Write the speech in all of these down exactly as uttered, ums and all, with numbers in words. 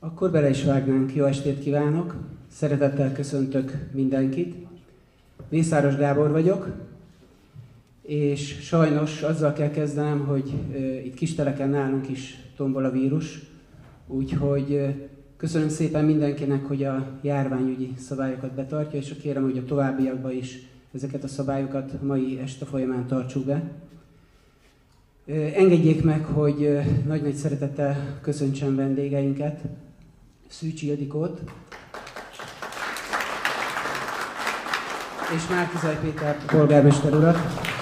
Akkor bele is vágnánk. Jó estét kívánok! Szeretettel köszöntök mindenkit. Mészáros Gábor vagyok, és sajnos azzal kell kezdenem, hogy uh, itt Kisteleken nálunk is tombol a vírus, úgyhogy uh, köszönöm szépen mindenkinek, hogy a járványügyi szabályokat betartja, és kérem, hogy a továbbiakban is ezeket a szabályokat mai este folyamán tartsuk be. Uh, engedjék meg, hogy uh, nagy-nagy szeretettel köszöntsem vendégeinket, Szűcs Ildikót, és Márki-Zay Péter polgármester urat.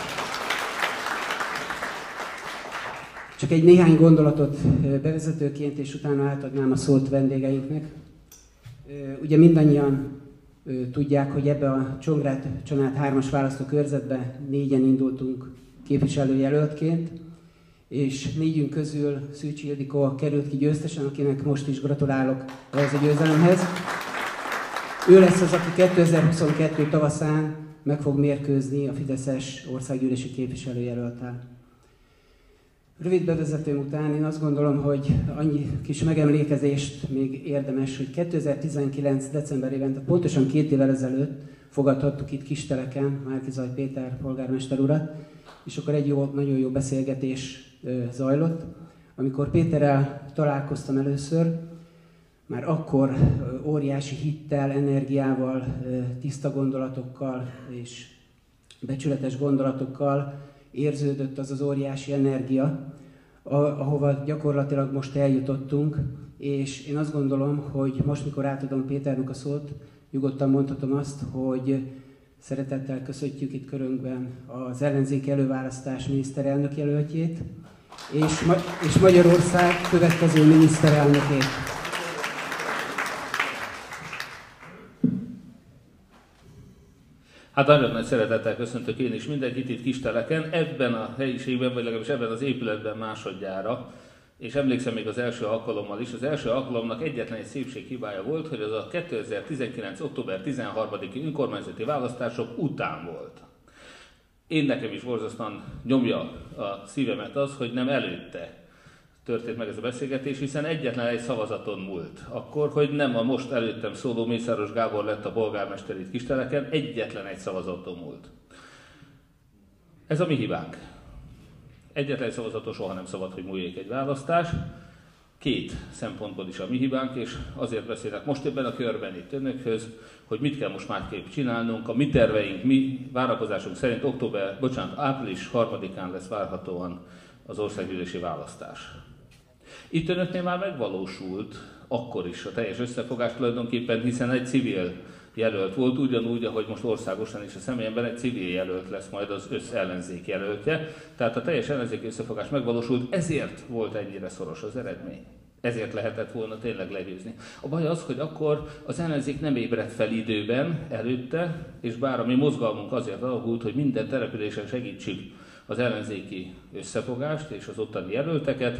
Csak egy néhány gondolatot bevezetőként, és utána átadnám a szót vendégeinknek. Ugye mindannyian tudják, hogy ebbe a Csongrád-Csanád hármas választókörzetbe négyen indultunk képviselőjelöltként, és négyünk közül Szűcs Ildikó került ki győztesen, akinek most is gratulálok ehhez a győzelemhez. Ő lesz az, aki kétezer-huszonkettő tavaszán meg fog mérkőzni a fideszes országgyűlési képviselőjelölttel. Rövid bevezetőm után én azt gondolom, hogy annyi kis megemlékezést még érdemes, hogy kétezer-tizenkilenc decemberében, tehát pontosan két évvel ezelőtt fogadhattuk itt Kisteleken Márki-Zay Péter polgármester urat, és akkor egy jó, nagyon jó beszélgetés zajlott. Amikor Péterrel találkoztam először, már akkor óriási hittel, energiával, tiszta gondolatokkal és becsületes gondolatokkal érződött az az óriási energia, ahova gyakorlatilag most eljutottunk, és én azt gondolom, hogy most, mikor átadom Péternek a szót, nyugodtan mondhatom azt, hogy szeretettel köszöntjük itt körünkben az ellenzék előválasztás miniszterelnök jelöltjét, és, Ma és Magyarország következő miniszterelnökét. Hát nagyon nagy szeretettel köszöntök én is mindenkit itt Kisteleken, ebben a helyiségben, vagy legalábbis ebben az épületben másodjára. És emlékszem még az első alkalommal is, az első alkalomnak egyetlen egy szépséghibája volt, hogy az a kétezer-tizenkilenc. október tizenharmadiki önkormányzati választások után volt. Én nekem is borzasztóan nyomja a szívemet az, hogy nem előtte történt meg ez a beszélgetés, hiszen egyetlen egy szavazaton múlt. Akkor, hogy nem a most előttem szóló Mészáros Gábor lett a polgármester itt Kisteleken, egyetlen egy szavazaton múlt. Ez a mi hibánk. Egyetlen egy szavazaton soha nem szabad, hogy múljék egy választás. Két szempontból is a mi hibánk, és azért beszélek most ebben a körben itt önökhöz, hogy mit kell most másképp csinálnunk. A mi terveink, mi várakozásunk szerint október, bocsánat, április harmadikán lesz várhatóan az országgyűlési választás. Itt önöknél már megvalósult akkor is a teljes összefogás tulajdonképpen, hiszen egy civil jelölt volt, ugyanúgy, ahogy most országosan is a személyemben egy civil jelölt lesz majd az összellenzék jelöltje. Tehát a teljes ellenzéki összefogás megvalósult, ezért volt ennyire szoros az eredmény. Ezért lehetett volna tényleg legyőzni. A baj az, hogy akkor az ellenzék nem ébredt fel időben előtte, és bár a mi mozgalmunk azért alakult, hogy minden településen segítsük az ellenzéki összefogást és az ottani jelölteket,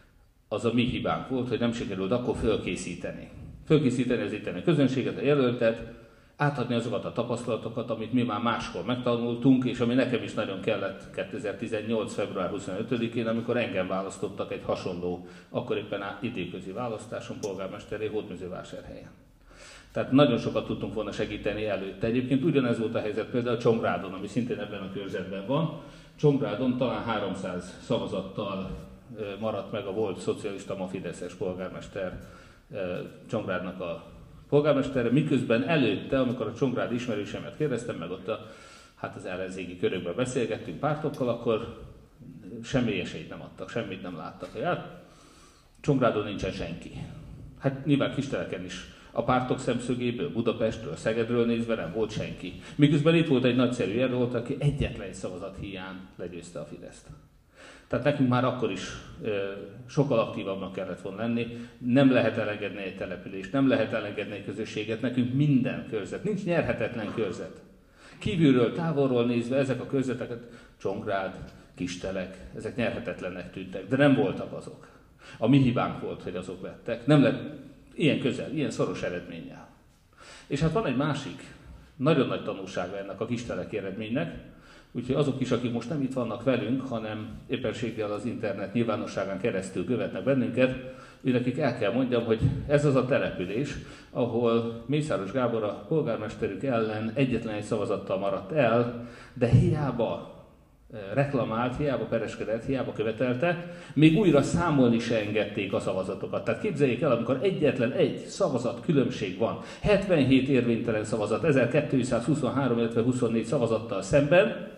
az a mi hibánk volt, hogy nem sikerült akkor fölkészíteni. Fölkészíteni az itteni közönséget, a jelöltet, átadni azokat a tapasztalatokat, amit mi már máskor megtanultunk, és ami nekem is nagyon kellett kétezer-tizennyolc. február huszonötödikén, amikor engem választottak egy hasonló, akkor éppen időközi választáson polgármesteré Hódmezővásárhelyen. Tehát nagyon sokat tudtunk volna segíteni előtte. Egyébként ugyanez volt a helyzet például Csongrárdon, ami szintén ebben a körzetben van. Csongrárdon talán háromszáz szavazattal maradt meg a volt szocialista, ma fideszes polgármester Csongrádnak a polgármestere, miközben előtte, amikor a csongrádi ismerősemet kérdeztem, meg ott a, hát az ellenzéki körökben beszélgettünk pártokkal, akkor semmi esélyt nem adtak, semmit nem láttak. Hát Csongrádon nincsen senki. Hát nyilván Kisteleken is. A pártok szemszögéből, Budapestről, Szegedről nézve nem volt senki. Miközben itt volt egy nagyszerű jelölt, aki egyetlen egy szavazat hiány legyőzte a Fideszt. Tehát nekünk már akkor is e, sokkal aktívabbnak kellett volna lenni, nem lehet elengedni egy települést, nem lehet elengedni egy közösséget, nekünk minden körzet, nincs nyerhetetlen körzet. Kívülről, távolról nézve ezek a körzeteket, Csongrád, Kistelek, ezek nyerhetetlennek tűntek, de nem voltak azok. A mi hibánk volt, hogy azok lettek, nem lett ilyen közel, ilyen szoros eredménnyel. És hát van egy másik, nagyon nagy tanulsága ennek a kisteleki eredménynek, úgyhogy azok is, akik most nem itt vannak velünk, hanem éppenséggel az internet nyilvánosságán keresztül követnek bennünket, őnekik el kell mondjam, hogy ez az a település, ahol Mészáros Gábor a polgármesterük ellen egyetlen egy szavazattal maradt el, de hiába reklamált, hiába pereskedett, hiába követelte, még újra számolni se engedték a szavazatokat. Tehát képzeljék el, amikor egyetlen egy szavazat különbség van, hetvenhét érvénytelen szavazat, ezerkétszázhuszonhárom, illetve huszonnégy szavazattal szemben,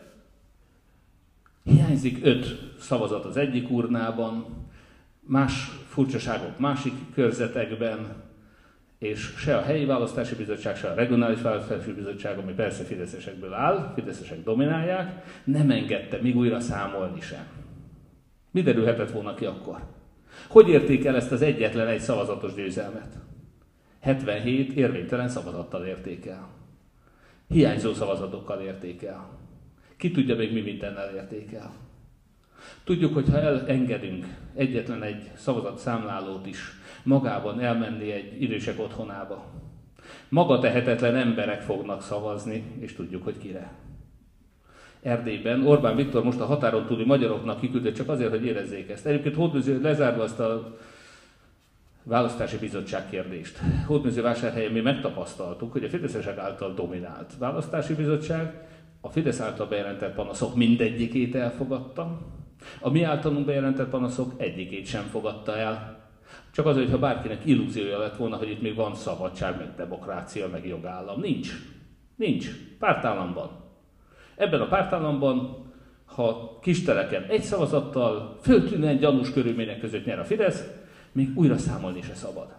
hiányzik öt szavazat az egyik urnában, más furcsaságok másik körzetekben, és se a helyi választási bizottság, se a regionális választási bizottság, ami persze fideszesekből áll, fideszesek dominálják, nem engedte még újra számolni sem. Mi derülhetett volna ki akkor? Hogy érték el ezt az egyetlen egy szavazatos győzelmet? hetvenhét érvénytelen szavazattal érték el. Hiányzó szavazatokkal érték el. Ki tudja még mi mindennel érték el. Tudjuk, hogy ha elengedünk egyetlen egy szavazatszámlálót is magában elmenni egy idősek otthonába, maga tehetetlen emberek fognak szavazni, és tudjuk, hogy kire. Erdélyben Orbán Viktor most a határon túli magyaroknak kiküldött csak azért, hogy érezzék ezt. Egyébként Hódműző lezárva azt a választási bizottság kérdést. Hódműzővásárhelyen mi megtapasztaltuk, hogy a fideszesek által dominált választási bizottság a Fidesz által bejelentett panaszok mindegyikét elfogadta, a mi általunk bejelentett panaszok egyikét sem fogadta el. Csak azért, hogyha bárkinek illúziója lett volna, hogy itt még van szabadság, meg demokrácia, meg jogállam. Nincs. Nincs. Pártállamban. Ebben a pártállamban, ha kisteleken egy szavazattal, föltűnően gyanús körülmények között nyer a Fidesz, még újra számolni se szabad.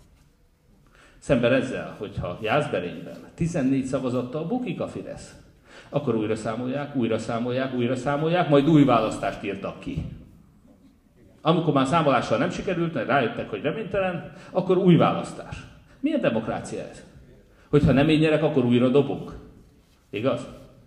Szemben ezzel, hogyha Jászberényben tizennégy szavazattal bukik a Fidesz, akkor újra számolják, újra számolják, újra számolják, majd új választást írtak ki. Amikor már számolással nem sikerült, mert rájöttek, hogy reménytelen, akkor új választás. Milyen demokrácia ez? Hogyha nem én nyerek, akkor újra dobunk. Igaz?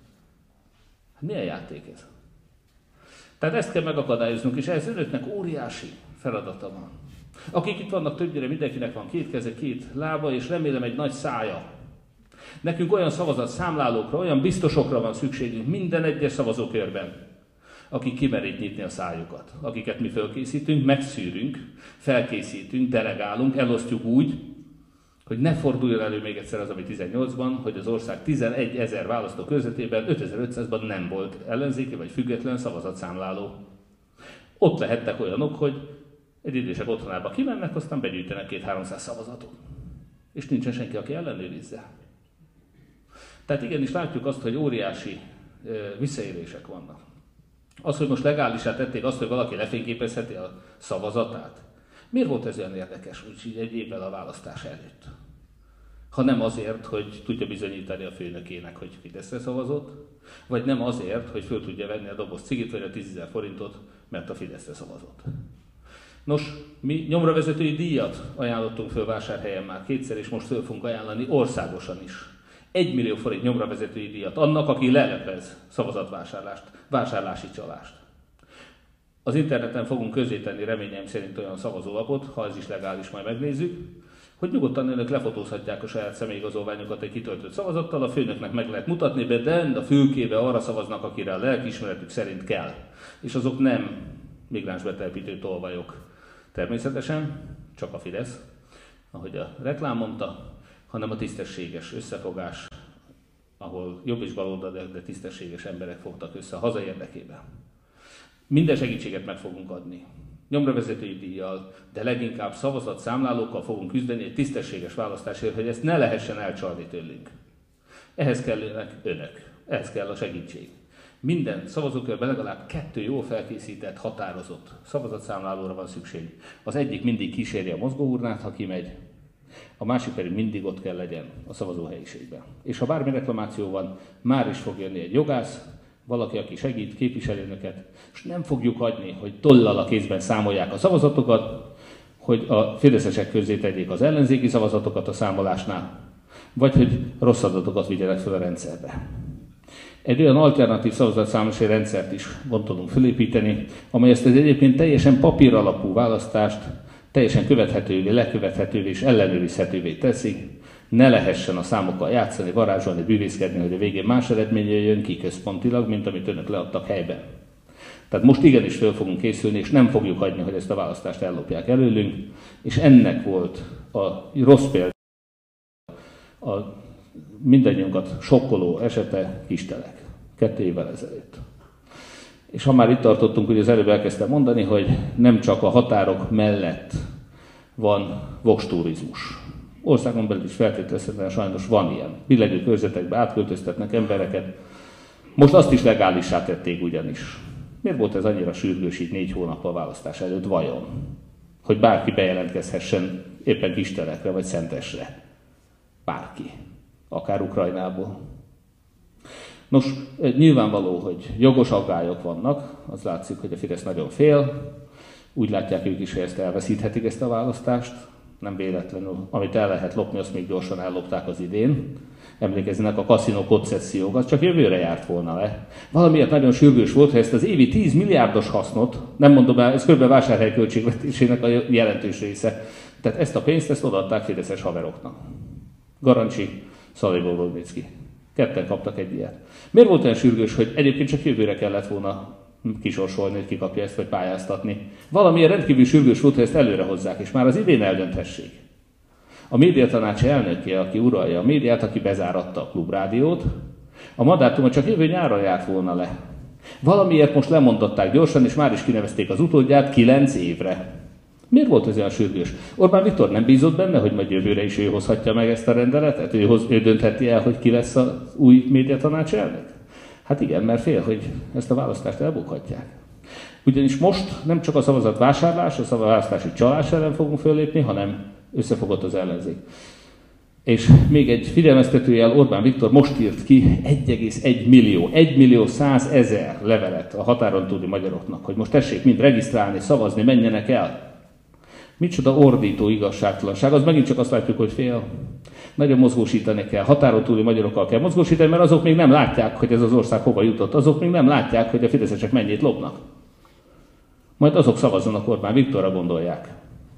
Hát milyen játék ez? Tehát ezt kell megakadályoznunk, és ez önöknek óriási feladata van. Akik itt vannak többnyire, mindenkinek van két keze, két lába, és remélem egy nagy szája. Nekünk olyan szavazatszámlálókra, olyan biztosokra van szükségünk minden egyes szavazókörben, akik kimerik nyitni a szájukat, akiket mi felkészítünk, megszűrünk, felkészítünk, delegálunk, elosztjuk úgy, hogy ne forduljon elő még egyszer az, ami tizennyolcban, hogy az ország tizenegyezer választó körzetében ötezer-ötszázban nem volt ellenzéki vagy független szavazatszámláló. Ott lehettek olyanok, hogy egy idősek otthonába kimennek, aztán begyűjtenek két-háromszáz szavazatot. És nincsen senki, aki ellenőrizze. Tehát igenis látjuk azt, hogy óriási e, visszaélések vannak. Az, hogy most legálisá tették azt, hogy valaki lefényképezheti a szavazatát. Miért volt ez olyan érdekes, úgyhogy egy évvel a választás előtt? Ha nem azért, hogy tudja bizonyítani a főnökének, hogy Fideszre szavazott, vagy nem azért, hogy föl tudja venni a doboz cigit vagy a tízezer forintot, mert a Fideszre szavazott. Nos, mi nyomravezetői díjat ajánlottunk föl Vásárhelyen már kétszer, és most föl fogunk ajánlani országosan is. Egy millió forint nyomravezetői díjat annak, aki leleplez szavazatvásárlást, vásárlási csalást. Az interneten fogunk közzétenni reményeim szerint olyan szavazólapot, ha ez is legális, majd megnézzük, hogy nyugodtan önök lefotózhatják a saját személyigazolványokat egy kitöltött szavazattal, a főnöknek meg lehet mutatni, de a fülkébe arra szavaznak, akire a lelkiismeretük szerint kell. És azok nem migránsbetelepítő tolvajok természetesen, csak a Fidesz, ahogy a reklám mondta, hanem a tisztességes összefogás, ahol jobb és baloldal, de tisztességes emberek fogtak össze a haza érdekében. Minden segítséget meg fogunk adni. Nyomravezetői díjjal, de leginkább szavazatszámlálókkal fogunk küzdeni egy tisztességes választásért, hogy ezt ne lehessen elcsalni tőlünk. Ehhez kellenek önök, ehhez kell a segítség. Minden szavazókörben legalább kettő jól felkészített, határozott szavazatszámlálóra van szükség. Az egyik mindig kíséri a mozgóurnát, ha kimegy, a másik pedig mindig ott kell legyen a szavazóhelyiségben. És ha bármi reklamáció van, már is fog jönni egy jogász, valaki, aki segít, képviseli önöket, és nem fogjuk hagyni, hogy tollal a kézben számolják a szavazatokat, hogy a fideszesek közé tegyék az ellenzéki szavazatokat a számolásnál, vagy hogy rossz adatokat vigyenek fel a rendszerbe. Egy olyan alternatív szavazatszámolási rendszert is gondolunk felépíteni, amely ezt az egyébként teljesen papír alapú választást teljesen követhetővé, lekövethetővé és ellenőrizhetővé teszi, ne lehessen a számokkal játszani, varázsolni, bűvészkedni, hogy a végén más eredménye jön ki központilag, mint amit önök leadtak helyben. Tehát most igenis föl fogunk készülni, és nem fogjuk hagyni, hogy ezt a választást ellopják előlünk, és ennek volt a rossz példa, a mindannyiunkat sokkoló esete Kistelek, kettő évvel ezelőtt. És ha már itt tartottunk, hogy az előbb elkezdtem mondani, hogy nem csak a határok mellett van voksturizmus. Országon belül is feltételezhetően sajnos van ilyen. Billegő körzetekbe átköltöztetnek embereket. Most azt is legálissá tették ugyanis. Miért volt ez annyira sürgős így négy hónap a választás előtt vajon? Hogy bárki bejelentkezhessen éppen Kistelekre vagy Szentesre. Bárki. Akár Ukrajnából. Nos, nyilvánvaló, hogy jogos aggályok vannak, az látszik, hogy a Fidesz nagyon fél, úgy látják ők is, hogy ezt elveszíthetik ezt a választást, nem véletlenül, amit el lehet lopni, azt még gyorsan ellopták az idén. Emlékezzenek, a kaszinó koncessziók, az csak jövőre járt volna le. Valamiért nagyon sürgős volt, hogy ezt az évi tíz milliárdos hasznot, nem mondom el, ez kb. Vásárhely költségvetésének a jelentős része, tehát ezt a pénzt, ezt odaadták fideszes haveroknak. Garancsi, Szalai-Borodnicki. Ketten kaptak egy ilyet. Miért volt olyan sürgős, hogy egyébként csak jövőre kellett volna kisorsolni, hogy ki kapja ezt, vagy pályáztatni? Valamiért rendkívül sürgős volt, hogy ezt előre hozzák, és már az idén eldönthessék. A médiatanács elnöke, aki uralja a médiát, aki bezáratta a Klubrádiót, a mandátuma csak jövő nyáron járt volna le. Valamiért most lemondották gyorsan, és már is kinevezték az utódját kilenc évre. Miért volt ez olyan sürgős? Orbán Viktor nem bízott benne, hogy majd jövőre is ő hozhatja meg ezt a rendeletet? Ő, hoz, ő döntheti el, hogy ki lesz az új médiatanács elnök? Hát igen, mert fél, hogy ezt a választást elbukhatják. Ugyanis most nem csak a szavazatvásárlás, a szavazatválasztási csalás ellen fogunk föllépni, hanem összefogott az ellenzék. És még egy figyelmeztetőjel, Orbán Viktor most írt ki egy egész egy millió, egy millió százezer levelet a határon túli magyaroknak, hogy most tessék mind regisztrálni, szavazni, menjenek el. Micsoda ordító igazságtalanság, az megint csak azt látjuk, hogy fél. Nagyon mozgósítani kell, határon túli magyarokkal kell mozgósítani, mert azok még nem látják, hogy ez az ország hova jutott, azok még nem látják, hogy a fideszesek mennyit lopnak. Majd azok szavazzanak Orbán Viktorra, gondolják.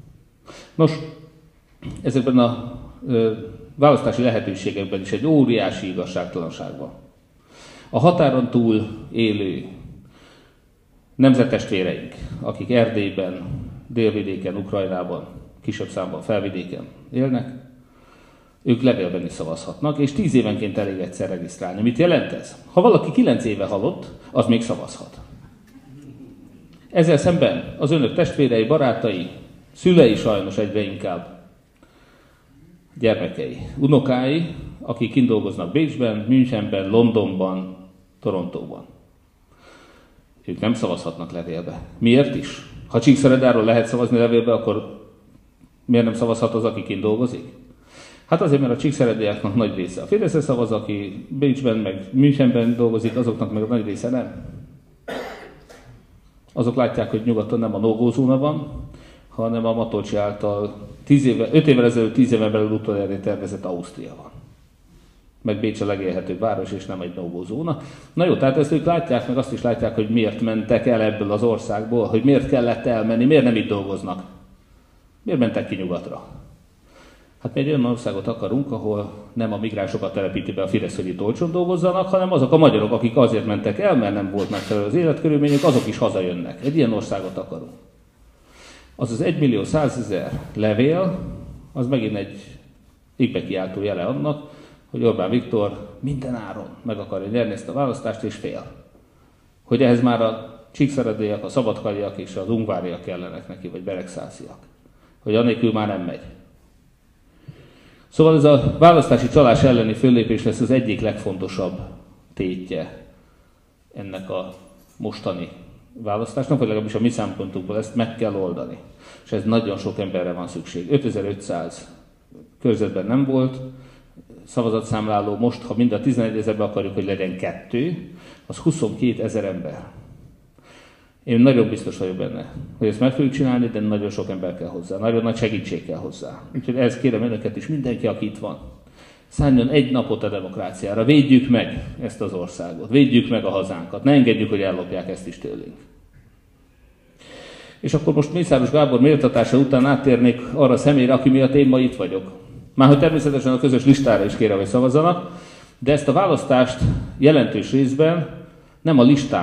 Nos, ezekben a ö, választási lehetőségekben is egy óriási igazságtalanság van. A határon túl élő nemzettestvéreink, akik Erdélyben, Délvidéken, Ukrajnában, kisebb számban felvidéken élnek, ők levélben is szavazhatnak, és tíz évenként elég egyszer regisztrálni. Mit jelent ez? Ha valaki kilenc éve halott, az még szavazhat. Ezzel szemben az önök testvérei, barátai, szülei sajnos egyre inkább, gyermekei, unokái, akik kint dolgoznak Bécsben, Münchenben, Londonban, Torontóban. Ők nem szavazhatnak levélbe. Miért is? Ha Csíkszeredáról lehet szavazni levélbe, akkor miért nem szavazhat az, aki kint dolgozik? Hát azért, mert a csíkszerediáknak nagy része a Fideszre szavaz, aki Bécsben, meg Münchenben dolgozik, azoknak meg a nagy része nem. Azok látják, hogy nyugaton nem a no-go zóna van, hanem a Matolcsi által tíz éve, öt évvel ezelőtt, tíz éven belül utoljára tervezett Ausztria van. Meg Bécs a legélhetőbb város, és nem egy no-go zóna. Na jó, tehát ezt ők látják, meg azt is látják, hogy miért mentek el ebből az országból, hogy miért kellett elmenni, miért nem itt dolgoznak. Miért mentek ki nyugatra? Hát mi egy olyan országot akarunk, ahol nem a migránsokat telepíti be a Fidesz, hogy itt olcsón dolgozzanak, hanem azok a magyarok, akik azért mentek el, mert nem volt megfelelő az életkörülményük, azok is hazajönnek. Egy ilyen országot akarunk. Az az egymillió százezer levél, az megint egy égbe kiáltó jele annak, hogy Orbán Viktor minden áron meg akarja nyerni ezt a választást, és fél. Hogy ehhez már a csíkszeredélyek, a szabadkariak és az ungváriak kellenek neki, vagy beregszásziak. Hogy anélkül már nem megy. Szóval ez a választási csalás elleni föllépés lesz az egyik legfontosabb tétje ennek a mostani választásnak, vagy legalábbis a mi szempontunkból ezt meg kell oldani. És ez nagyon sok emberre van szükség. ötezer-ötszáz körzetben nem volt szavazatszámláló, most, ha mind a tizenegyezerben akarjuk, hogy legyen kettő, az huszonkétezer ember. Én nagyon biztos vagyok benne, hogy ezt meg fogjuk csinálni, de nagyon sok ember kell hozzá, nagyon nagy segítség kell hozzá. Úgyhogy ehhez kérem önöket is, mindenki, aki itt van, szálljon egy napot a demokráciára, védjük meg ezt az országot, védjük meg a hazánkat, ne engedjük, hogy ellopják ezt is tőlünk. És akkor most Mészáros Gábor méltatása után áttérnék arra a személyre, aki miatt én ma itt vagyok. Márhogy természetesen a közös listára is kérem, hogy szavazzanak, de ezt a választást jelentős részben nem a listán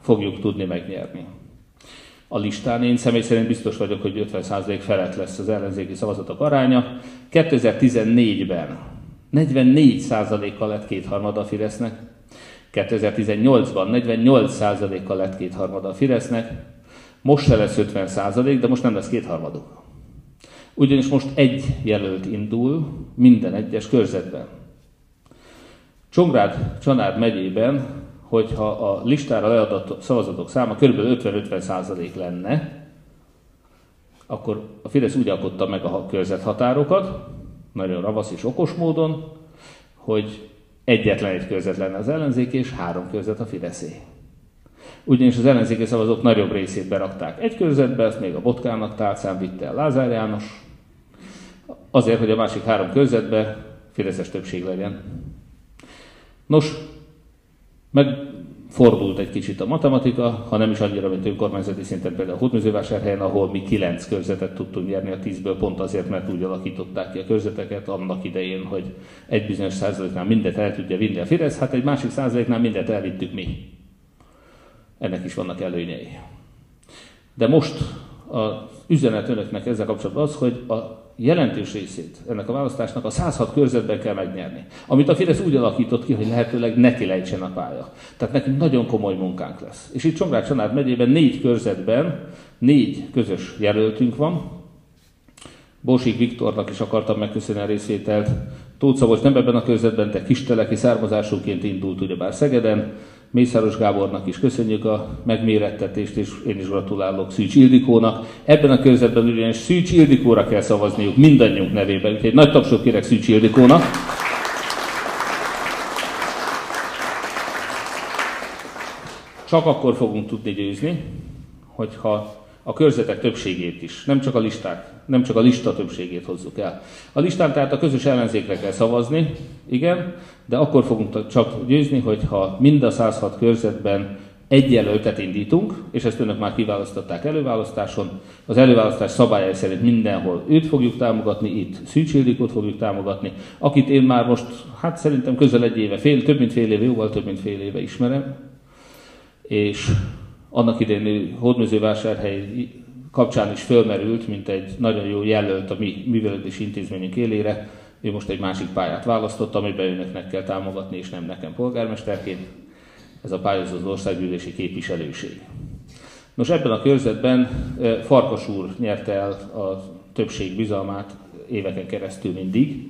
fogjuk tudni megnyerni. A listán én személy szerint biztos vagyok, hogy ötven százalék felett lesz az ellenzéki szavazatok aránya. kétezer-tizennégyben negyvennégy százalékkal lett kétharmada a Fidesznek, kétezer-tizennyolcban negyvennyolc százalékkal lett kétharmada a Fidesznek, most se lesz ötven százalék, de most nem lesz kétharmaduk. Ugyanis most egy jelölt indul minden egyes körzetben. Csongrád-Csanád megyében, hogyha a listára leadott szavazatok száma kb. ötven-ötven százalék lenne, akkor a Fidesz úgy alkotta meg a körzethatárokat, nagyon ravasz és okos módon, hogy egyetlen egy körzet lenne az ellenzék, és három körzet a Fideszé. Ugyanis az ellenzéki szavazók nagyobb részét berakták egy körzetbe, ezt még a Botkának tálcán vitte el Lázár János, azért, hogy a másik három körzetbe fideszes többség legyen. Nos, megfordult egy kicsit a matematika, ha nem is annyira, mint önkormányzati szinten, például Hódmezővásárhelyen, ahol mi kilenc körzetet tudtunk nyerni a tízből, pont azért, mert úgy alakították ki a körzeteket annak idején, hogy egy bizonyos százaléknál mindet el tudja vinni a Fidesz, hát egy másik százaléknál mindet elvittük mi. Ennek is vannak előnyei. De most az üzenet önöknek ezzel kapcsolatban az, hogy a jelentős részét ennek a választásnak a száz hat körzetben kell megnyerni. Amit a Fidesz úgy alakított ki, hogy lehetőleg neki lejtsen a pálya. Tehát nekünk nagyon komoly munkánk lesz. És itt Csongrád-Csanád megyében négy körzetben négy közös jelöltünk van. Borsig Viktornak is akartam megköszönni a részvételt. Tóth Szabolcs nem ebben a körzetben, de kisteleki származásúként indult ugyebár Szegeden. Mészáros Gábornak is köszönjük a megmérettetést, és én is gratulálok Szűcs Ildikónak. Ebben a körzetben ugyanis Szűcs Ildikóra kell szavazniuk mindannyiunk nevében. Úgyhogy nagy tapsot kérek Szűcs Ildikónak. Csak akkor fogunk tudni győzni, hogyha a körzetek többségét is, nem csak a listák, nem csak a lista többségét hozzuk el. A listán tehát a közös ellenzékre kell szavazni, igen, de akkor fogunk csak győzni, hogyha mind a száz hat körzetben egy jelöltet indítunk, és ezt önök már kiválasztották előválasztáson. Az előválasztás szabályai szerint mindenhol őt fogjuk támogatni, itt Szűcs Ildikót fogjuk támogatni, akit én már most, hát szerintem közel egy éve, fél, több mint fél éve, jóval több mint fél éve ismerem, és annak idején Hódmezővásárhely kapcsán is fölmerült, mint egy nagyon jó jelölt a mi művelődési intézményünk élére. Ő most egy másik pályát választott, amiben önöknek kell támogatni, és nem nekem polgármesterként. Ez a pályázó az országgyűlési képviselőség. Nos, ebben a körzetben Farkas úr nyerte el a többség bizalmát éveken keresztül mindig.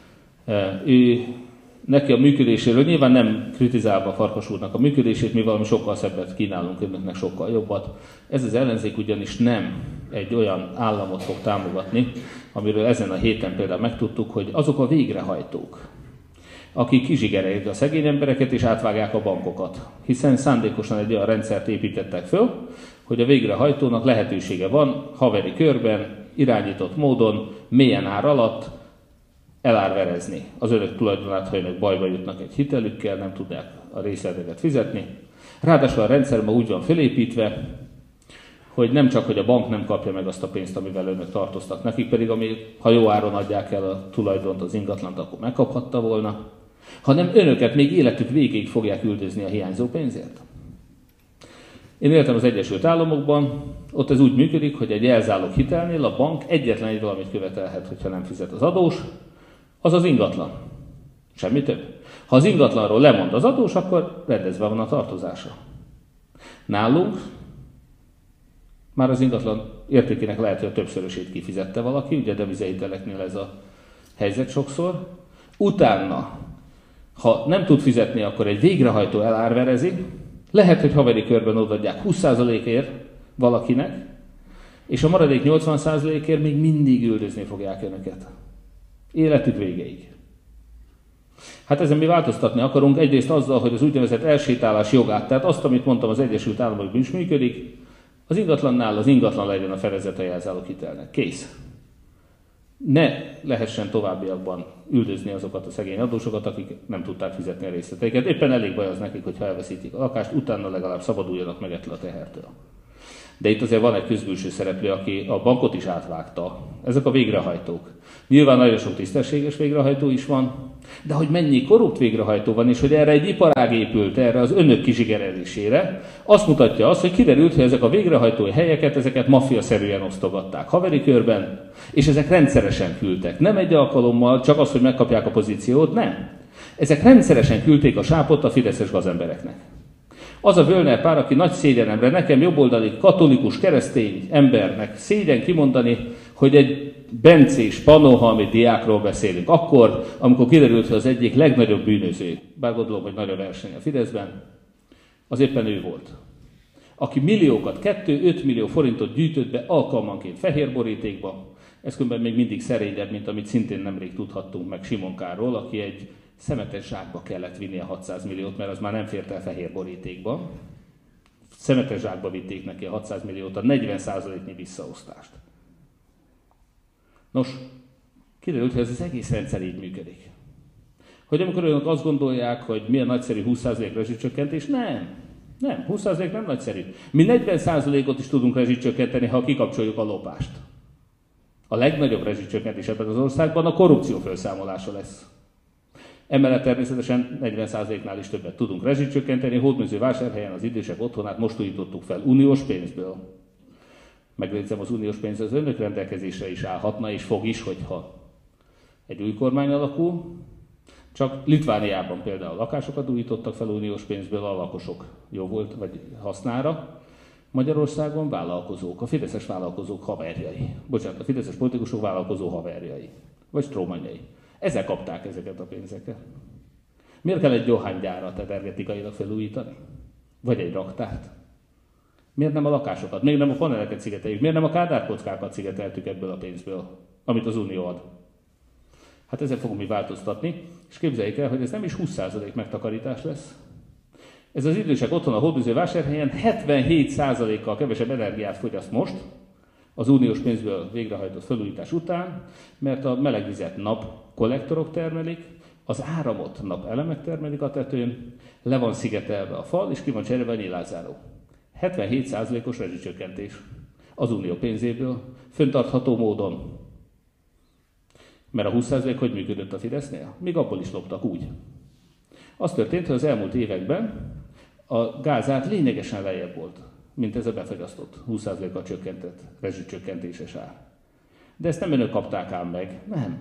Ő neki a működéséről nyilván nem kritizálva Farkas úrnak a működését, mi valami sokkal szebbet kínálunk önöknek, sokkal jobbat. Ez az ellenzék ugyanis nem egy olyan államot fog támogatni, amiről ezen a héten például megtudtuk, hogy azok a végrehajtók, akik kizsigerelik a szegény embereket és átvágják a bankokat. Hiszen szándékosan egy olyan rendszert építettek föl, hogy a végrehajtónak lehetősége van haveri körben, irányított módon, mélyen ár alatt elárverezni az önök tulajdonát, ha önök bajba jutnak egy hitelükkel, nem tudják a részleteket fizetni. Ráadásul a rendszer ma úgy van felépítve, hogy nem csak, hogy a bank nem kapja meg azt a pénzt, amivel önök tartoztak nekik, pedig ami, ha jó áron adják el a tulajdont, az ingatlant, akkor megkaphatta volna, hanem önöket még életük végéig fogják üldözni a hiányzó pénzért. Én éltem az Egyesült Államokban, ott ez úgy működik, hogy egy jelzálog hitelnél a bank egyetlen egy valamit követelhet, hogyha nem fizet az adós, az az ingatlan. Semmi több. Ha az ingatlanról lemond az adós, akkor rendezve van a tartozása. Nálunk már az ingatlan értékének lehet, hogy a többszörösét kifizette valaki, ugye devizahiteleknél ez a helyzet sokszor. Utána, ha nem tud fizetni, akkor egy végrehajtó elárverezik, lehet, hogy haveri körben odaadják húsz százalékért valakinek, és a maradék nyolcvan százalékért még mindig üldözni fogják önöket. Életük végéig. Hát ezen mi változtatni akarunk, egyrészt azzal, hogy az úgynevezett elsétálás jogát, tehát azt, amit mondtam, az Egyesült Államokban is működik, az ingatlannál az ingatlan legyen a fedezete jelzálog hitelnek. Kész. Ne lehessen továbbiakban üldözni azokat a szegény adósokat, akik nem tudták fizetni a részleteiket. Éppen elég baj az nekik, hogyha elveszítik a lakást, utána legalább szabaduljanak meg ettől a tehertől. De itt azért van egy közbülső szereplő, aki a bankot is átvágta. Ezek a végrehajtók. Nyilván nagyon sok tisztességes végrehajtó is van, de hogy mennyi korrupt végrehajtó van, és hogy erre egy iparág épült, erre az önök kizsigerelésére, azt mutatja azt, hogy kiderült, hogy ezek a végrehajtói helyeket, ezeket maffiaszerűen osztogatták haveri körben, és ezek rendszeresen küldtek. Nem egy alkalommal, csak az, hogy megkapják a pozíciót, nem. Ezek rendszeresen küldték a sápot a fideszes gazembereknek. Az a Völner pár, aki nagy szégyenemre, nekem jobboldali katolikus keresztény embernek szégyen kimondani, hogy egy bencés, panohalmi diákról beszélünk. Akkor, amikor kiderült, hogy az egyik legnagyobb bűnöző, bár gondolom, hogy nagy a verseny a Fideszben, az éppen ő volt. Aki milliókat, kettő-öt millió forintot gyűjtött be alkalmanként fehér borítékba, ez különben még mindig szerényebb, mint amit szintén nemrég tudhattunk meg Simonkáról, aki egy szemetes zsákba kellett vinni a hatszáz milliót, mert az már nem fért el fehér borítékba. Szemetes zsákba vitték neki a hatszáz milliót, a negyven százaléknyi visszaosztást. Nos, kiderült, hogy ez az egész rendszer így működik. Hogy amikor önök azt gondolják, hogy milyen nagyszerű húsz százalék rezsicsökkentés, nem. Nem, húsz százalék nem nagyszerű. Mi negyven százalékot is tudunk rezsicsökkenteni, ha kikapcsoljuk a lopást. A legnagyobb rezsicsökkentés ebben az országban a korrupció felszámolása lesz. Emellett természetesen negyven százaléknál is többet tudunk rezsicsökkenteni. Hódmezővásárhelyen az idősek otthonát most újítottuk fel uniós pénzből. Megjegyzem, az uniós pénz az önök rendelkezésre is állhatna, és fog is, hogyha egy új kormány alakul. Csak Litvániában például lakásokat újítottak fel uniós pénzből, a lakosok jó volt, vagy hasznára. Magyarországon vállalkozók, a fideszes vállalkozók haverjai. Bocsánat, a fideszes politikusok vállalkozó haverjai, vagy strómanjai. Ezzel kapták ezeket a pénzeket. Miért kell egy dohánygyárat energetikailag felújítani? Vagy egy raktárt? Miért nem a lakásokat? Miért nem a paneleket szigeteljük? Miért nem a kádárkockákat szigeteltük ebből a pénzből, amit az Unió ad? Hát ezzel fogunk mi változtatni, és képzeljék el, hogy ez nem is húsz százalék megtakarítás lesz. Ez az idősek otthon a Hódmezővásárhelyen hetvenhét százalékkal kevesebb energiát fogyaszt most, az uniós pénzből végrehajtott felújítás után, mert a melegvizet napkollektorok termelik, az áramot napelemek termelik a tetőn, le van szigetelve a fal, és ki van cserélve a nyilázáró. hetvenhét százalékos rezsicsökkentés az unió pénzéből, fenntartható módon. Mert a húsz százalék hogy működött a Fidesznél? Még abból is loptak úgy. Az történt, hogy az elmúlt években a gázár lényegesen lejjebb volt, mint ez a befagyasztott, húsz százalékkal csökkentett rezsicsökkentéses ár. De ezt nem önök kapták ám meg, nem.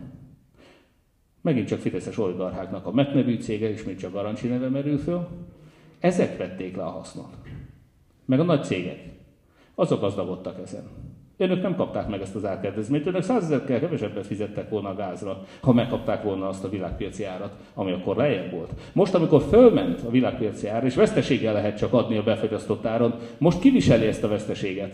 Megint csak fideszes oligarcháknak a MET nevű cége, és még csak Garancsi neve merül föl. Ezek vették le a hasznot. Meg a nagy cégek. Azok gazdagodtak ezen. Önök nem kapták meg ezt az árkedvezményt, önök százezerkel kevesebbet fizettek volna a gázra, ha megkapták volna azt a világpiaci árat, ami akkor lejjebb volt. Most, amikor fölment a világpiaci ár, és veszteséggel lehet csak adni a befagyasztott áron, most kiviseli ezt a veszteséget?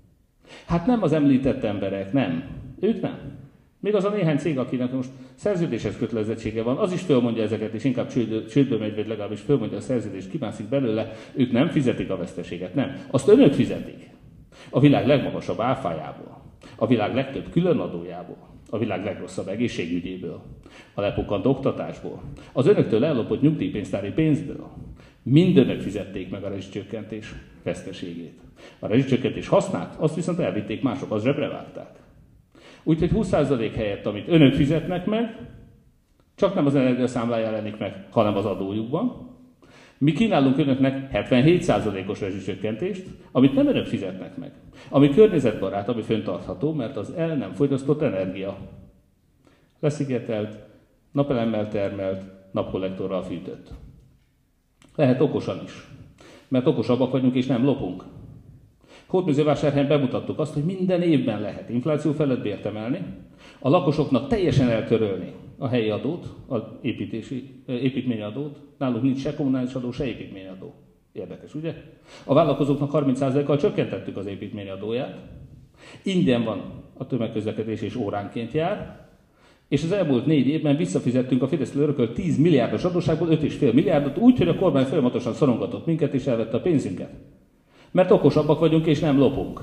Hát nem az említett emberek, nem. Ők nem. Még az a néhány cég, akinek most szerződéses kötelezettsége van, az is fölmondja ezeket, és inkább csődbe megy, vagy legalábbis fölmondja a szerződést, kimászik belőle, ők nem fizetik a veszteséget, nem. Azt önök fizetik. A világ legmagasabb áfájából, a világ legtöbb különadójából, a világ legrosszabb egészségügyéből, a lepukkant oktatásból, az önöktől ellopott nyugdíjpénztári pénzből. Mind önök fizették meg a rezsicsökkentés veszteségét. A rezsicsökkentés hasznát, azt viszont elvitték mások, az zsebre vágták. Úgyhogy húsz százalék helyett, amit önök fizetnek meg, csak nem az energiaszámlája jelenik meg, hanem az adójukban. Mi kínálunk önöknek hetvenhét százalékos rezsicsökkentést, amit nem önök fizetnek meg. Ami környezetbarát, ami fenntartható, mert az el nem fogyasztott energia. Leszigetelt, napelemmel termelt, napkollektorral fűtött. Lehet okosan is, mert okosabbak vagyunk és nem lopunk. Hódmezővásárhelyen bemutattuk azt, hogy minden évben lehet infláció felett bért emelni, a lakosoknak teljesen eltörölni a helyi adót, az építési, építményadót. Nálunk nincs se kommunális adó, se építményadó. Érdekes, ugye? A vállalkozóknak harminc százalékkal csökkentettük az építményadóját. Ingyen van a tömegközlekedés és óránként jár, és az elmúlt négy évben visszafizettünk a Fidesztől örökölt tíz milliárdos adósságból öt egész öt milliárdot, úgy, hogy a kormány folyamatosan szorongatott minket és elvette a pénzünket. Mert okosabbak vagyunk és nem lopunk.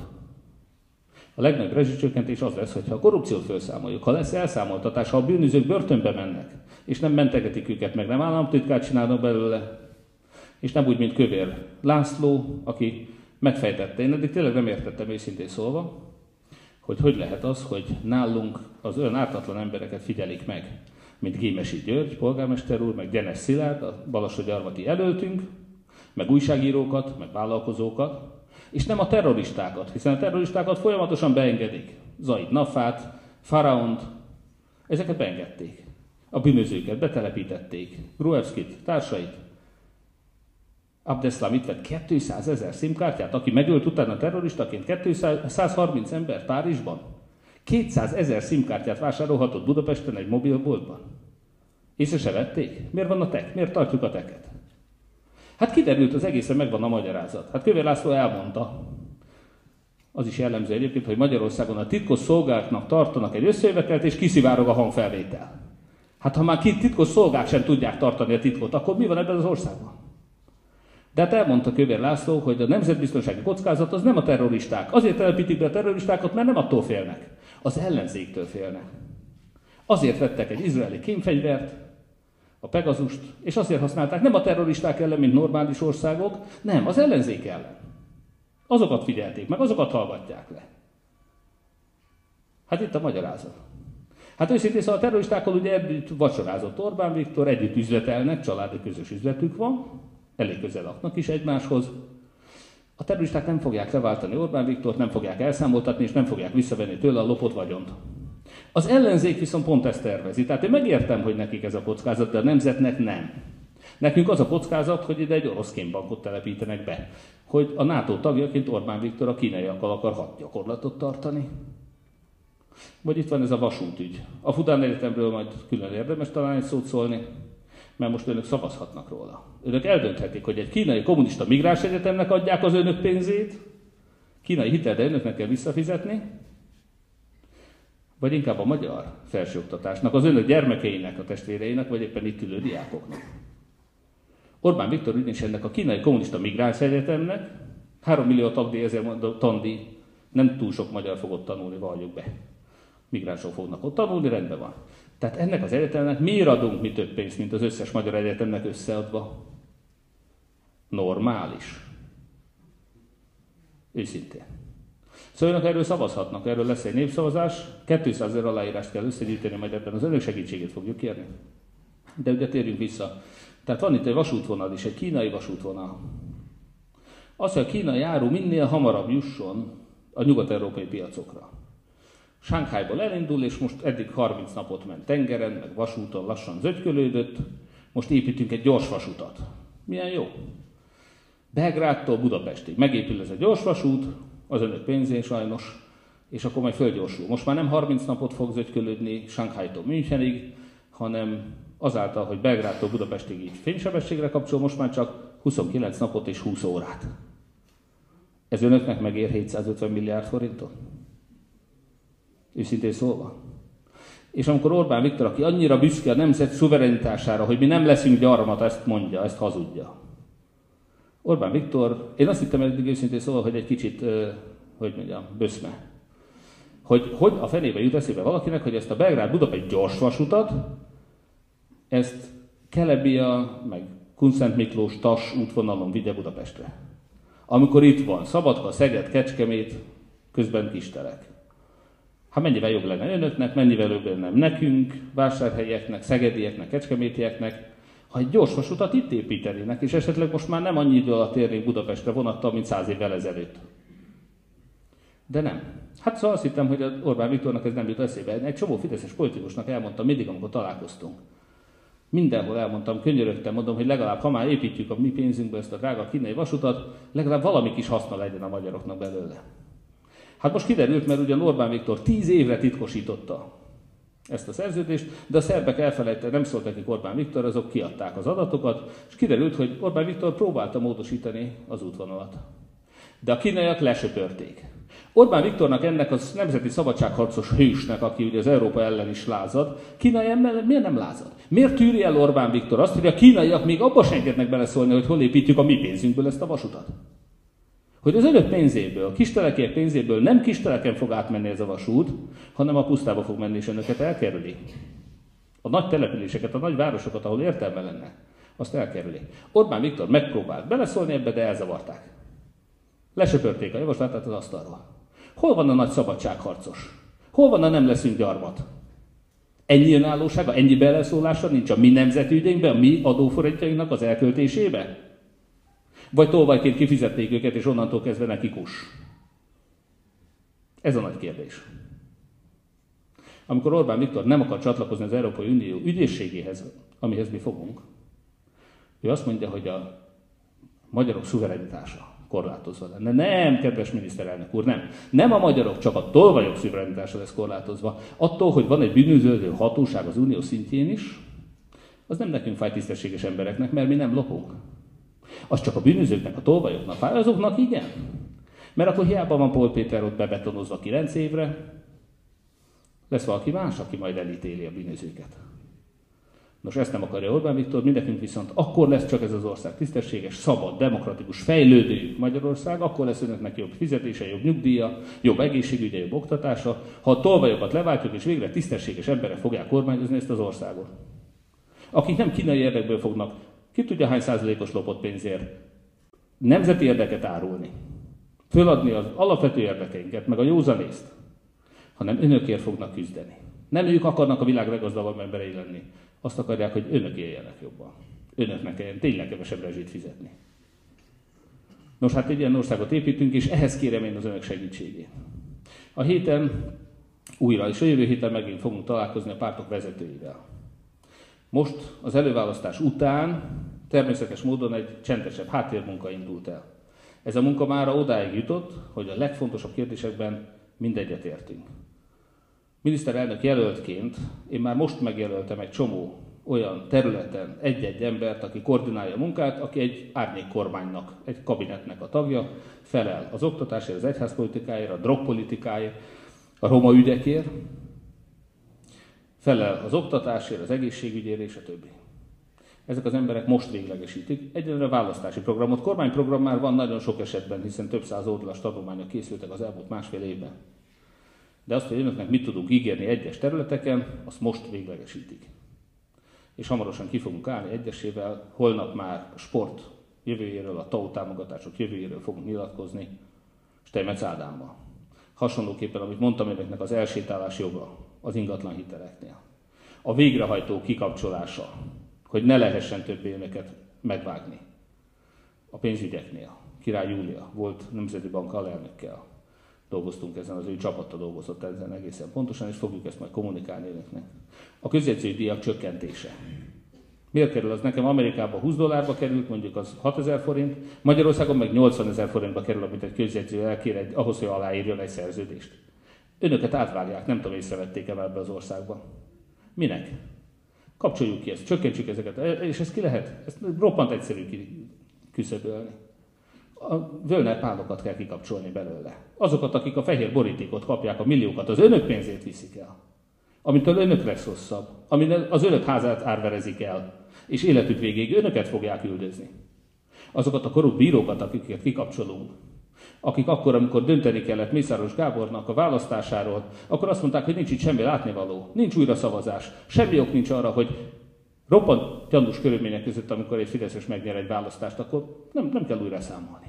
A legnagyobb rezsicsökkentés az lesz, hogyha a korrupciót felszámoljuk, ha lesz elszámoltatás, ha a bűnözők börtönbe mennek, és nem mentegetik őket meg, nem államtitkát csinálnak belőle, és nem úgy, mint Kövér László, aki megfejtette. Én eddig tényleg nem értettem őszintén szólva, hogy hogy lehet az, hogy nálunk az olyan ártatlan embereket figyelik meg, mint Gémesi György, polgármester úr, meg Gyenes Szilárd, a balassagyarmati jelöltünk, meg újságírókat, meg vállalkozókat, és nem a terroristákat, hiszen a terroristákat folyamatosan beengedik. Zaid Nafát, Faraont, ezeket beengedték. A bűnözőket betelepítették, Gruevskit, társait. Abdeslam itt vett kétszázezer szimkártyát, aki megölt utána terroristaként kétszázharminc ember Párizsban. kétszázezer szimkártyát vásárolhatott Budapesten egy mobilboltban. Észre se vették? Miért van a tek? Miért tartjuk a teket? Hát kiderült, az egészen megvan a magyarázat. Hát Kövér László elmondta, az is jellemző egyébként, hogy Magyarországon a titkos szolgáknak tartanak egy összejövetelt, és kiszivárog a hangfelvétel. Hát ha már titkos szolgák sem tudják tartani a titkot, akkor mi van ebben az országban? De hát elmondta Kövér László, hogy a nemzetbiztonsági kockázat az nem a terroristák. Azért telepítik be a terroristákat, mert nem attól félnek. Az ellenzéktől félnek. Azért vettek egy izraeli kémfegyvert, a Pegazust, és azért használták nem a terroristák ellen, mint normális országok, nem, az ellenzék ellen. Azokat figyelték meg, azokat hallgatják le. Hát itt a magyarázat. Hát őszintén szóval a terroristákkal ugye együtt vacsorázott Orbán Viktor, együtt üzletelnek, családi közös üzletük van, elég közel laknak is egymáshoz. A terroristák nem fogják leváltani Orbán Viktort, nem fogják elszámoltatni, és nem fogják visszavenni tőle a lopott vagyont. Az ellenzék viszont pont ezt tervezi. Tehát én megértem, hogy nekik ez a kockázat, de a nemzetnek nem. Nekünk az a kockázat, hogy ide egy orosz kémbankot telepítenek be. Hogy a NATO tagjaként Orbán Viktor a kínaiakkal akar hadgyakorlatot tartani. Vagy itt van ez a vasútügy. A Fudán Egyetemről majd külön érdemes talán egy szót szólni, mert most önök szavazhatnak róla. Önök eldönthetik, hogy egy kínai kommunista migráns egyetemnek adják az önök pénzét, kínai hitel, de önöknek kell visszafizetni, vagy inkább a magyar felsőoktatásnak, az önök gyermekeinek, a testvéreinek, vagy éppen itt ülő diákoknak. Orbán Viktor ugyanis ennek a kínai kommunista migráns egyetemnek három millió tagdíj, ezért tandíj, nem túl sok magyar fog ott tanulni, valljuk be. Migránsok fognak ott tanulni, rendben van. Tehát ennek az egyetemnek miért adunk mi több pénzt, mint az összes magyar egyetemnek összeadva? Normális. Őszintén. Szóval önök erről szavazhatnak, erről lesz egy népszavazás, kétszázezer aláírást kell összegyűjteni, majd ebben az önök segítségét fogjuk kérni. De ugye térjünk vissza. Tehát van itt egy vasútvonal is, egy kínai vasútvonal. Az, hogy a kínai áru minél hamarabb jusson a nyugat-európai piacokra. Sánkhájból elindul, és most eddig harminc napot ment tengeren, meg vasúton lassan zögykölődött, most építünk egy gyors vasutat. Milyen jó. Belgrádtól Budapestig megépül ez a gyors vasút, az önök pénzén sajnos, és akkor majd fölgyorsul. Most már nem harminc napot fog zögykölődni Sánkhájtól Münchenig, hanem azáltal, hogy Belgrádtól Budapestig így fénysebességre kapcsol, most már csak huszonkilenc napot és húsz órát. Ez önöknek megér hétszázötven milliárd forintot? Őszintén szólva. És amikor Orbán Viktor, aki annyira büszke a nemzet szuverenitására, hogy mi nem leszünk gyarmat, ezt mondja, ezt hazudja. Orbán Viktor, én azt hittem eddig őszintén szólva, hogy egy kicsit, hogy mondjam, böszme. Hogy, hogy a fenébe jut eszébe valakinek, hogy ezt a Belgrád-Budapest gyors vasutat, ezt Kelebia, meg Kunszent Miklós, Tass útvonalon vigye Budapestre. Amikor itt van Szabadka, Szeged, Kecskemét, közben Kistelek. Hát mennyivel jobb lenne önöknek, mennyivel jobb lenne nekünk, vásárhelyeknek, szegedieknek, kecskemétieknek, ha egy gyors vasutat itt építenének, és esetleg most már nem annyi idő alatt érnék Budapestre vonattal, mint száz évvel ezelőtt. De nem. Hát szóval azt hittem, hogy Orbán Viktornak ez nem jut eszébe. Egy csomó fideszes politikusnak elmondtam mindig, amikor találkoztunk. Mindenhol elmondtam, könyörögtem, mondom, hogy legalább, ha már építjük a mi pénzünkből ezt a drága kínai vasutat, legalább valami kis haszna legyen a magyaroknak belőle. Hát most kiderült, mert ugyan Orbán Viktor tíz évre titkosította ezt a szerződést, de a szerbek elfelejtettek, nem szólt nekik Orbán Viktor, azok kiadták az adatokat, és kiderült, hogy Orbán Viktor próbálta módosítani az útvonalat. De a kínaiak lesöpörték. Orbán Viktornak, ennek a nemzeti szabadságharcos hősnek, aki ugye az Európa ellen is lázad, Kínai miért nem lázad? Miért tűri el Orbán Viktor azt, hogy a kínaiak még abba se engednek beleszólni, hogy hol építjük a mi pénzünkből ezt a vasutat? Hogy az önök pénzéből, a kistelekiek pénzéből nem kisteleken fog átmenni ez a vasút, hanem a pusztába fog menni, és önöket elkerüli. A nagy településeket, a nagy városokat, ahol értelme lenne, azt elkerüli. Orbán Viktor megpróbált beleszólni ebbe, de elzavarták. Lesöpörték a javaslatát az asztalról. Hol van a nagy szabadságharcos? Hol van a nem leszünk gyarmat? Ennyi önállósága, ennyi beleszólása nincs a mi nemzetügyeinkben, a mi adóforintjainknak az elköltésébe? Vagy tolvajként kifizették őket, és onnantól kezdve neki kus? Ez a nagy kérdés. Amikor Orbán Viktor nem akar csatlakozni az Európai Unió ügyészségéhez, amihez mi fogunk, ő azt mondja, hogy a magyarok szuverenitása korlátozva lenne. Nem, kedves miniszterelnök úr, nem. Nem a magyarok, csak a tolvajok szuverenitása lesz korlátozva. Attól, hogy van egy bűnöző hatóság az unió szintjén is, az nem nekünk fáj, tisztességes embereknek, mert mi nem lopunk. Az csak a bűnözőknek, a tolvajoknak fáj, azoknak igen. Mert akkor hiába van Pól Péter ott bebetonozva kilenc évre, lesz valaki más, aki majd elítéli a bűnözőket. Nos, ezt nem akarja Orbán Viktor, mindekünk viszont akkor lesz csak ez az ország tisztességes, szabad, demokratikus, fejlődő Magyarország, akkor lesz önöknek jobb fizetése, jobb nyugdíja, jobb egészségügye, jobb oktatása, ha a tolvajokat leváltjuk, és végre tisztességes emberek fogják kormányozni ezt az országot. Akik nem kínai érdekből fognak, ki tudja hány százalékos lopott pénzért nemzeti érdeket árulni, föladni az alapvető érdekeinket, meg a józanészt, hanem önökért fognak küzdeni. Nem ők akarnak a világ leggazdagabb emberei lenni. Azt akarják, hogy önök éljenek jobban. Önöknek kelljen tényleg kevesebb rezsit fizetni. Nos, hát egy ilyen országot építünk, és ehhez kérem én az önök segítségét. A héten újra, és a jövő héten megint fogunk találkozni a pártok vezetőivel. Most az előválasztás után természetes módon egy csendesebb háttérmunka indult el. Ez a munka mára odáig jutott, hogy a legfontosabb kérdésekben mindegyet értünk. Miniszterelnök jelöltként én már most megjelöltem egy csomó olyan területen egy-egy embert, aki koordinálja a munkát, aki egy árnyék kormánynak, egy kabinetnek a tagja, felel az oktatásért, az egyházpolitikáért, a drogpolitikáért, a roma ügyekért, felel az oktatásért, az egészségügyért és a többi. Ezek az emberek most véglegesítik. Egyelőre választási programot. Kormányprogram már van nagyon sok esetben, hiszen több száz oldalas tanulmányok készültek az elmúlt másfél évben. De azt, hogy önöknek mit tudunk ígérni egyes területeken, azt most véglegesítik. És hamarosan ki fogunk állni egyesével, holnap már a sport jövőjéről, a té á u támogatások jövőjéről fogunk nyilatkozni, Steinmetz Ádámmal. Hasonlóképpen, amit mondtam önöknek, az elsétálás joga az ingatlan hiteleknél. A végrehajtó kikapcsolása, hogy ne lehessen többé önöket megvágni. A pénzügyeknél. Király Júlia volt Nemzeti Bank alelnökkel. Dolgoztunk ezen, az ő csapata dolgozott ezen egészen pontosan, és fogjuk ezt majd kommunikálni önöknek. A közjegyzői díjak csökkentése. Miért kerül az nekem? Amerikában húsz dollárba került, mondjuk az hatezer forint, Magyarországon meg nyolcvanezer forintba kerül, amit egy közjegyző elkér egy, ahhoz, hogy aláírjon egy szerződést. Önöket átvágják, nem tudom, észrevették-e ebbe az országban. Minek? Kapcsoljuk ki ezt, csökkentsük ezeket, és ezt ki lehet? Ezt roppant egyszerű küszöbölni. A Völner Pálokat kell kikapcsolni belőle. Azokat, akik a fehér borítékot kapják, a milliókat, az önök pénzét viszik el. Amitől önök lesz rosszabb, amitől az önök házát árverezik el, és életük végéig önöket fogják üldözni. Azokat a korrupt bírókat, akiket kikapcsolunk, akik akkor, amikor dönteni kellett Mészáros Gábornak a választásáról, akkor azt mondták, hogy nincs itt semmi látnivaló, nincs újra szavazás, semmi ok nincs arra, hogy roppant gyanús körülmények között, amikor egy fideszes megnyer egy választást, akkor nem, nem kell újra számolni.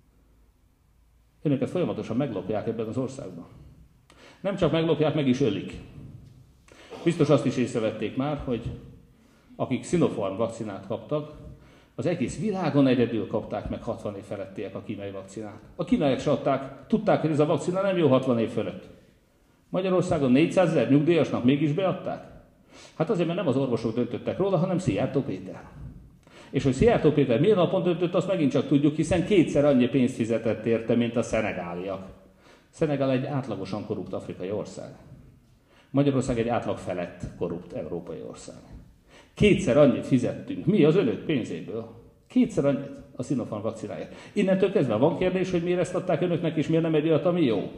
Önöket folyamatosan meglopják ebben az országban. Nem csak meglopják, meg is ölik. Biztos azt is észrevették már, hogy akik Sinopharm vakcinát kaptak, az egész világon egyedül kapták meg hatvan év felettiek a kínai vakcinát. A kínaiak se adták, tudták, hogy ez a vakcina nem jó hatvan év fölött. Magyarországon négyszázezer nyugdíjasnak mégis beadták? Hát azért, mert nem az orvosok döntöttek róla, hanem Szijjártó Péter. És hogy Szijjártó Péter milyen napon döntött, azt megint csak tudjuk, hiszen kétszer annyi pénzt fizetett érte, mint a szenegáliak. Szenegál egy átlagosan korrupt afrikai ország. Magyarország egy átlag felett korrupt európai ország. Kétszer annyit fizettünk. Mi az önök pénzéből? Kétszer annyit a Sinopharm vakcináját. Innentől kezdve van kérdés, hogy miért ezt adták önöknek, és miért nem egy olyat, ami jó?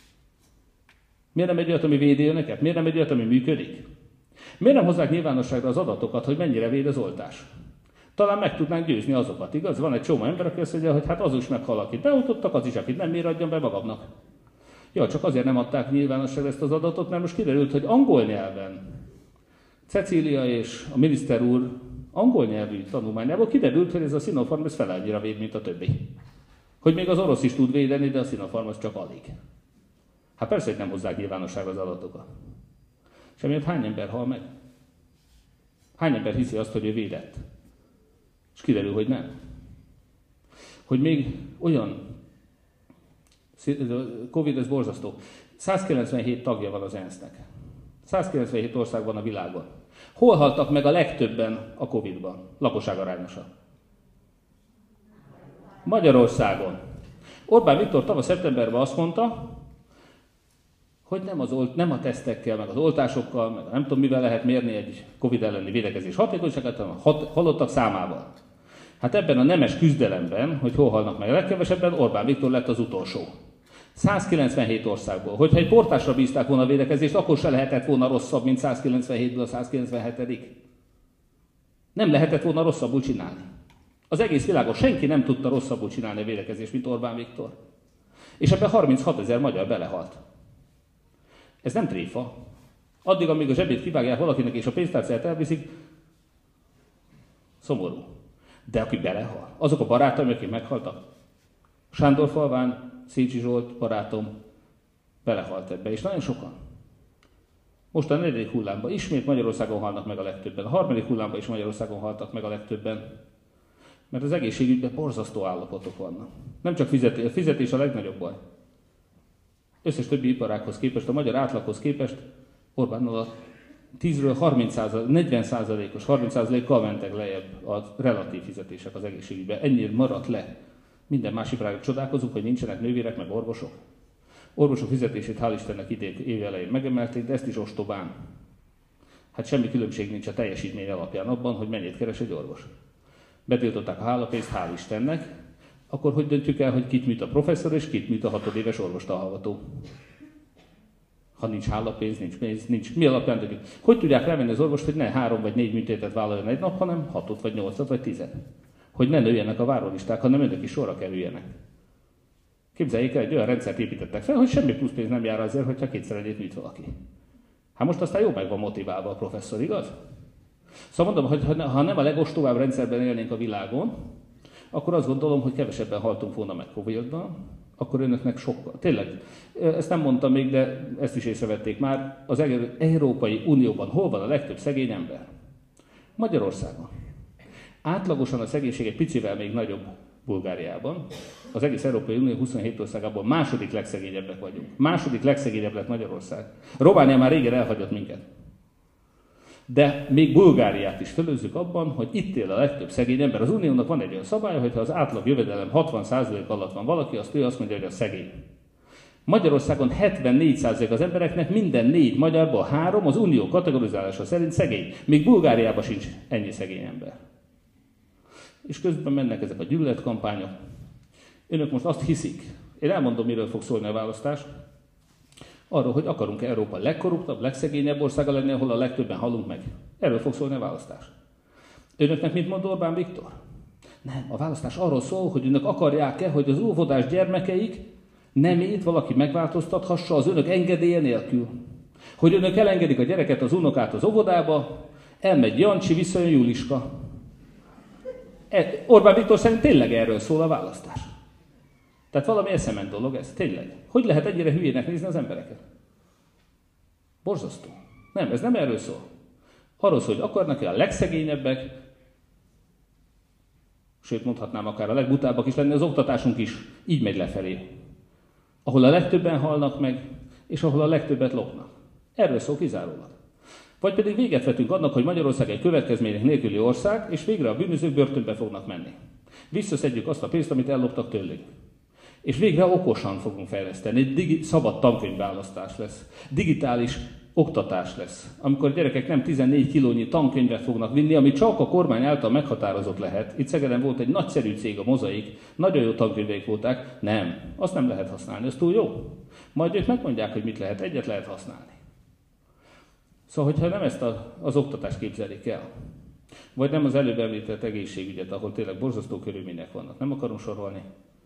Miért nem egy olyat, ami védi önöket? Miért nem egy olyat, ami működik? Miért nem hozzák nyilvánosságra az adatokat, hogy mennyire véd az oltás? Talán meg tudnánk győzni azokat, igaz? Van egy csomó ember, aki azt mondja, hogy hát az is meghal, akit beoltottak, az is, akit nem, miért adjam be magamnak? Ja, csak azért nem adták nyilvánosságra ezt az adatot, mert most kiderült, hogy angol nyelven Cecília és a miniszter úr angol nyelvű tanulmányából kiderült, hogy ez a Sinopharm ez fele annyira véd, mint a többi. Hogy még az orosz is tud védeni, de a Sinopharm az csak alig. Hát persze, hogy nem hozzák nyilvánosságra az adatokat. És emiatt hány ember hal meg? Hány ember hiszi azt, hogy ő védett? És kiderül, hogy nem. Hogy még olyan, Covid, ez borzasztó, százkilencvenhét tagja van az ENSZ-nek. százkilencvenhét országban a világon. Hol haltak meg a legtöbben a Covidban, lakosságarányosan? Magyarországon. Orbán Viktor tavaly szeptemberben azt mondta, hogy nem, az olt, nem a tesztekkel, meg az oltásokkal, meg nem tudom mivel lehet mérni egy Covid elleni védekezés hatékonyságát, hanem a halottak számával. Hát ebben a nemes küzdelemben, hogy hol halnak meg a legkevesebben, Orbán Viktor lett az utolsó. százkilencvenhét országból. Hogyha egy portásra bízták volna a védekezést, akkor se lehetett volna rosszabb, mint százkilencvenhétből a százkilencvenhetedik. Nem lehetett volna rosszabbul csinálni. Az egész világon senki nem tudta rosszabbul csinálni a védekezést, mint Orbán Viktor. És ebben harminchatozer magyar belehalt. Ez nem tréfa. Addig, amíg a zsebét kivágják valakinek és a pénztárcáját elviszik, szomorú. De aki belehal, azok a barátaim, akik meghaltak. Sándorfalván, Szécsi Zsolt barátom belehalt ebbe, és nagyon sokan. Most a negyedik hullámban ismét Magyarországon halnak meg a legtöbben. A harmadik hullámban is Magyarországon haltak meg a legtöbben. Mert az egészségügyben borzasztó állapotok vannak. Nem csak fizetés, a fizetés a legnagyobb baj. Összes többi iparághoz képest, a magyar átlaghoz képest Orbánnal a tízről harminc százalék, negyven százalékos, harminc százalékkal mentek lejjebb a relatív fizetések az egészségügyben. Ennyire maradt le. Minden más iparágra csodálkozunk, hogy nincsenek nővérek, meg orvosok. Orvosok fizetését hál' Istennek idén év elején megemelték, de ezt is ostobán. Hát semmi különbség nincs a teljesítmény alapján abban, hogy mennyit keres egy orvos. Betiltották a hálapénzt, hál' Istennek, akkor hogy döntjük el, hogy kit műt a professzor és kit műt a hatodéves orvostahallgató? Ha nincs hálapénz, nincs pénz, nincs. Mi alapján döntjük? Hogy tudják rávenni az orvost, hogy ne három vagy négy műtétet vállaljon egy nap, hanem hatot vagy nyolcat vagy tizet? Hogy ne nőjenek a várólisták, hanem önök is sorra kerüljenek. Képzeljék el, egy olyan rendszert építettek fel, hogy semmi plusz pénz nem jár azért, hogyha kétszer egyet műt valaki. Hát most aztán jó meg van motiválva a professzor, igaz? Szóval mondom, hogy ha nem a legostobább rendszerben élnénk a világon, akkor azt gondolom, hogy kevesebben haltunk volna meg Covidban, akkor önöknek sokkal. Tényleg, ezt nem mondtam még, de ezt is észrevették már, az Európai Unióban hol van a legtöbb szegény ember? Magyarországon. Átlagosan a szegénység egy picivel még nagyobb Bulgáriában. Az egész Európai Unió huszonhét országából második legszegényebbek vagyunk. Második legszegényebb lett Magyarország. Románia már régen elhagyott minket. De még Bulgáriát is fölözzük abban, hogy itt él a legtöbb szegény ember. Az Uniónak van egy olyan szabálya, hogy ha az átlag jövedelem hatvan százalék alatt van valaki, azt ő azt mondja, hogy a szegény. Magyarországon hetvennégy százalék az embereknek, minden négy magyarból három az Unió kategorizálása szerint szegény. Még Bulgáriában sincs ennyi szegény ember. És közben mennek ezek a gyűlöletkampányok. Önök most azt hiszik, én elmondom, miről fog szólni a választás, arról, hogy akarunk Európa legkorruptabb, legszegényebb országa lenni, ahol a legtöbben halunk meg. Erről fog szólni a választás. Önöknek mit mond Orbán Viktor? Nem, a választás arról szól, hogy önök akarják-e, hogy az óvodás gyermekeik nemét valaki megváltoztathassa az önök engedélye nélkül. Hogy önök elengedik a gyereket, az unokát az óvodába, elmegy Jancsi, visszajön Juliska. Orbán Viktor szerint tényleg erről szól a választás. Tehát valami eszement dolog ez, tényleg. Hogy lehet ennyire hülyének nézni az embereket? Borzasztó. Nem, ez nem erről szól. Arról szól, hogy akarnak-e a legszegényebbek, sőt mondhatnám akár a legbutábbak is lenni, az oktatásunk is így megy lefelé. Ahol a legtöbben halnak meg, és ahol a legtöbbet lopnak. Erről szól kizárólag. Vagy pedig véget vetünk annak, hogy Magyarország egy következmények nélküli ország, és végre a bűnözők börtönbe fognak menni. Visszaszedjük azt a pénzt, amit elloptak tőlünk. És végre okosan fogunk fejleszteni. Digi- szabad tankönyvválasztás lesz. Digitális oktatás lesz. Amikor a gyerekek nem tizennégy kilónyi tankönyvet fognak vinni, ami csak a kormány által meghatározott lehet. Itt Szegeden volt egy nagyszerű cég, a Mozaik. Nagyon jó tankönyveik voltak. Nem. Azt nem lehet használni. Ez túl jó. Majd ők megmondják, hogy mit lehet. Egyet lehet használni. Szóval, hogyha nem ezt a, az oktatást képzelik el, vagy nem az előbb említett egészségügyet, ahol tényleg borzasztó körülmények vannak, nem akarom sorolni,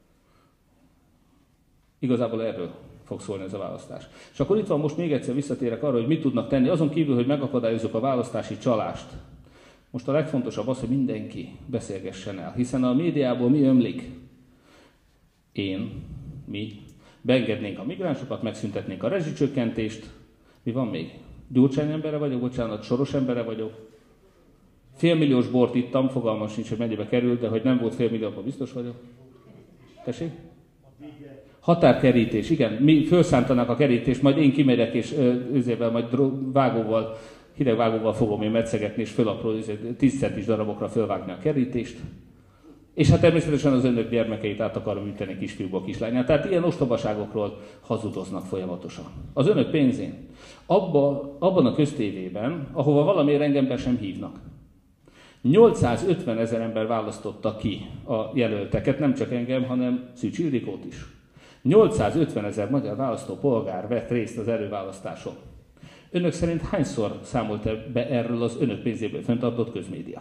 igazából erről fog szólni ez a választás. És akkor itt van, most még egyszer visszatérek arra, hogy mit tudnak tenni, azon kívül, hogy megakadályozzuk a választási csalást. Most a legfontosabb az, hogy mindenki beszélgessen el, hiszen a médiából mi ömlik. én, mi beengednénk a migránsokat, megszüntetnénk a rezsicsökkentést. Mi van még? Gyurcsány embere vagyok, bocsánat, Soros embere vagyok. Félmilliós bort ittam, fogalmam sincs, hogy mennyibe került, de hogy nem volt félmillió, akkor biztos vagyok. Tessék? Határkerítés, igen. Mi felszántanak a kerítést, majd én kimegyek, és őzével, majd vágóval, hideg vágóval fogom én metszegetni, és föl apró tíz centis darabokra fölvágni a kerítést. És hát természetesen az önök gyermekeit át akarom üteni kisfiúkba, kislányát. Tehát ilyen ostobaságokról hazudoznak folyamatosan. Az önök pénzén. Abba, abban a köztévében, ahova valamiért engem be sem hívnak. nyolcszázötven ezer ember választotta ki a jelölteket, nem csak engem, hanem Szűcs Ildikót is. nyolcszázötven ezer magyar választópolgár vett részt az előválasztáson. Önök szerint hányszor számolt be erről az önök pénzéből fenntartott közmédia?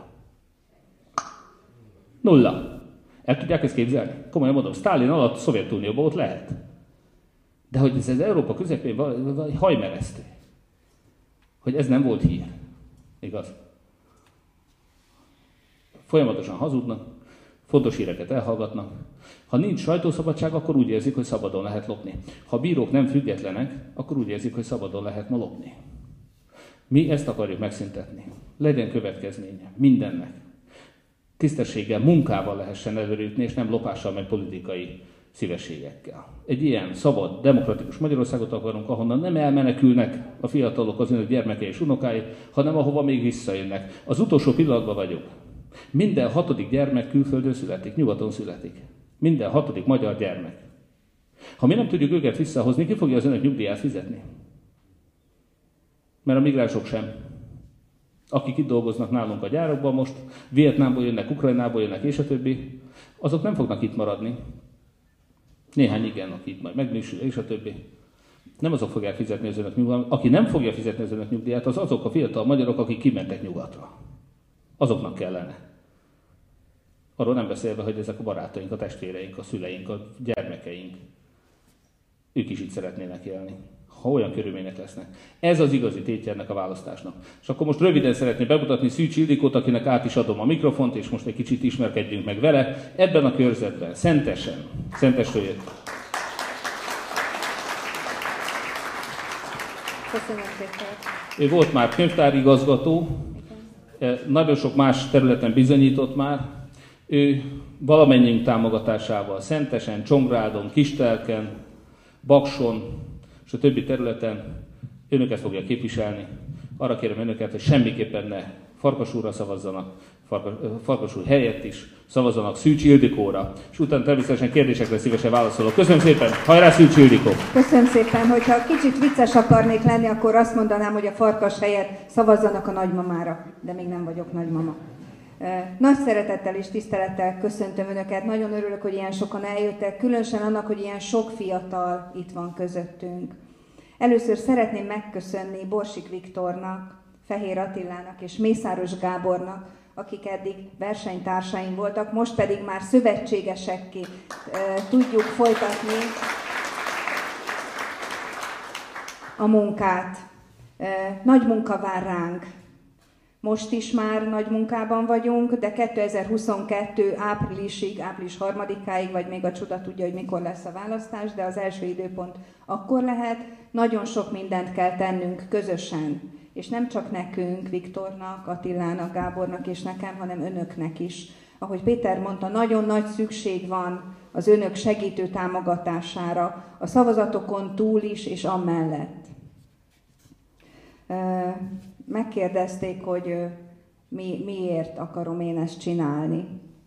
Nulla. El tudják ezt képzelni? Komolyan mondom, Sztálin alatt a Szovjetunióban ott lehet. De hogy ez az Európa közepén hajmeresztő. Hogy ez nem volt hír. Igaz? Folyamatosan hazudnak, fontos híreket elhallgatnak. Ha nincs sajtószabadság, akkor úgy érzik, hogy szabadon lehet lopni. Ha a bírók nem függetlenek, akkor úgy érzik, hogy szabadon lehet ma lopni. Mi ezt akarjuk megszüntetni. Legyen következménye mindennek. Tisztességgel, munkával lehessen előrejutni, és nem lopással, meg politikai szívességekkel. Egy ilyen szabad, demokratikus Magyarországot akarunk, ahonnan nem elmenekülnek a fiatalok, az önök gyermekei és unokái, hanem ahova még visszajönnek. Az utolsó pillanatban vagyunk. Minden hatodik gyermek külföldön születik, nyugaton születik. Minden hatodik magyar gyermek. Ha mi nem tudjuk őket visszahozni, ki fogja az önök nyugdíját fizetni? Mert a migránsok sem. Akik itt dolgoznak nálunk a gyárakban most, Vietnámból jönnek, Ukrajnából jönnek, és a többi, azok nem fognak itt maradni. Néhány igen, aki itt majd megnősül, és a többi. Nem azok fogják fizetni az önök nyugdíjat. Aki nem fogja fizetni az önök nyugdíjat, az azok a fiatal magyarok, akik kimentek nyugatra. Azoknak kellene. Arról nem beszélve, hogy ezek a barátaink, a testvéreink, a szüleink, a gyermekeink, ők is itt szeretnének élni, ha olyan körülmények lesznek. Ez az igazi tétje ennek a választásnak. És akkor most röviden szeretném bemutatni Szűcs Ildikót, akinek át is adom a mikrofont, és most egy kicsit ismerkedjünk meg vele. Ebben a körzetben, Szentesen, Szentesről jött. Köszönöm szépen. Ő volt már könyvtárigazgató, nagyon sok más területen bizonyított már. Ő valamennyiünk támogatásával Szentesen, Csongrádon, Kistelken, Bakson és a többi területen önöket fogja képviselni. Arra kérem önöket, hogy semmiképpen ne Farkas úrra szavazzanak, Farkas, Farkas úr helyett is szavazzanak Szűcs Ildikóra, és utána természetesen kérdésekre szívesen válaszolok. Köszönöm szépen, hajrá Szűcs Ildikó! Köszönöm szépen, hogyha kicsit vicces akarnék lenni, akkor azt mondanám, hogy a Farkas helyett szavazzanak a nagymamára, de még nem vagyok nagymama. Nagy szeretettel és tisztelettel köszöntöm önöket, nagyon örülök, hogy ilyen sokan eljöttek, különösen annak, hogy ilyen sok fiatal itt van közöttünk. Először szeretném megköszönni Borsik Viktornak, Fehér Attilának és Mészáros Gábornak, akik eddig versenytársaim voltak, most pedig már szövetségesekké tudjuk folytatni a munkát. Nagy munka vár ránk. Most is már nagy munkában vagyunk, de kétezer-huszonkettő áprilisig, április harmadikáig, vagy még a csuda tudja, hogy mikor lesz a választás, de az első időpont akkor lehet. Nagyon sok mindent kell tennünk közösen. És nem csak nekünk, Viktornak, Attilának, Gábornak és nekem, hanem önöknek is. Ahogy Péter mondta, nagyon nagy szükség van az önök segítő támogatására, a szavazatokon túl is és amellett. Megkérdezték, hogy mi, miért akarom én ezt csinálni.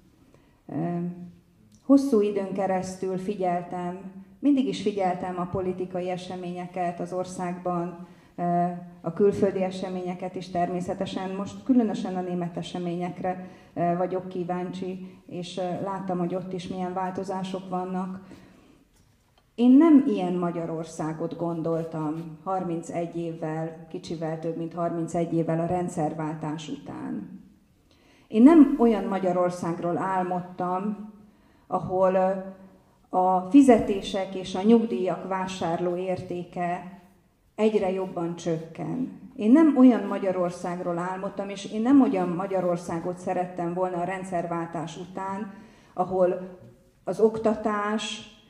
Hosszú időn keresztül figyeltem, mindig is figyeltem a politikai eseményeket az országban, a külföldi eseményeket is természetesen. Most különösen a német eseményekre vagyok kíváncsi, és láttam, hogy ott is milyen változások vannak. Én nem ilyen Magyarországot gondoltam harmincegy évvel, kicsivel több mint harmincegy évvel a rendszerváltás után. Én nem olyan Magyarországról álmodtam, ahol a fizetések és a nyugdíjak vásárló értéke egyre jobban csökken. Én nem olyan Magyarországról álmodtam, és én nem olyan Magyarországot szerettem volna a rendszerváltás után, ahol az oktatás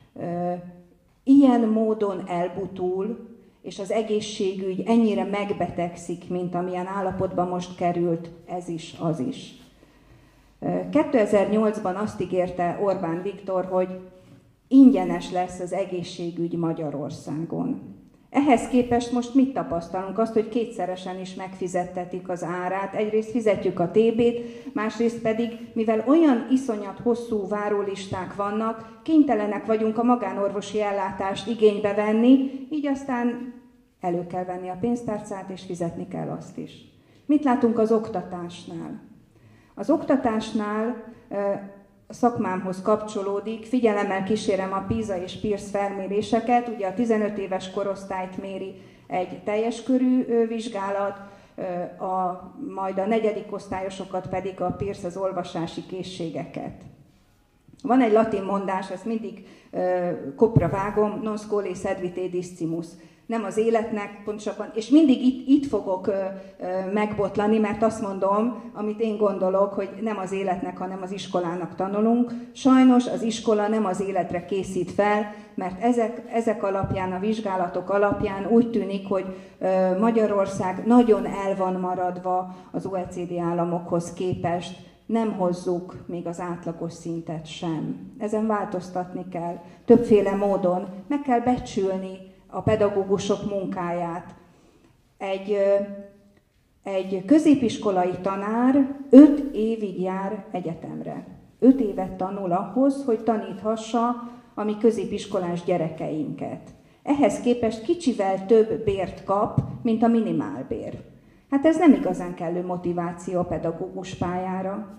ilyen módon elbutul, és az egészségügy ennyire megbetegszik, mint amilyen állapotban most került, ez is, az is. kétezer-nyolcban azt ígérte Orbán Viktor, hogy ingyenes lesz az egészségügy Magyarországon. Ehhez képest most mit tapasztalunk? Azt, hogy kétszeresen is megfizettetik az árát. Egyrészt fizetjük a té bét, másrészt pedig, mivel olyan iszonyat hosszú várólisták vannak, kénytelenek vagyunk a magánorvosi ellátást igénybe venni, így aztán elő kell venni a pénztárcát, és fizetni kell azt is. Mit látunk az oktatásnál? Az oktatásnál a szakmámhoz kapcsolódik, figyelemmel kísérem a PISA és PIRSZ felméréseket, ugye a tizenöt éves korosztályt méri egy teljes körű vizsgálat, a, majd a negyedik osztályosokat pedig a PIRSZ az olvasási készségeket. Van egy latin mondás, ezt mindig kopra vágom, non scholae sed vitae discimus. Nem az életnek, pontosabban, és mindig itt, itt fogok ö, ö, megbotlani, mert azt mondom, amit én gondolok, hogy nem az életnek, hanem az iskolának tanulunk. Sajnos az iskola nem az életre készít fel, mert ezek, ezek alapján, a vizsgálatok alapján úgy tűnik, hogy ö, Magyarország nagyon el van maradva az o e cé dé államokhoz képest, nem hozzuk még az átlagos szintet sem. Ezen változtatni kell, többféle módon, meg kell becsülni a pedagógusok munkáját. Egy, egy középiskolai tanár öt évig jár egyetemre. Öt évet tanul ahhoz, hogy taníthassa a mi középiskolás gyerekeinket. Ehhez képest kicsivel több bért kap, mint a minimálbér. Hát ez nem igazán kellő motiváció a pedagógus pályára.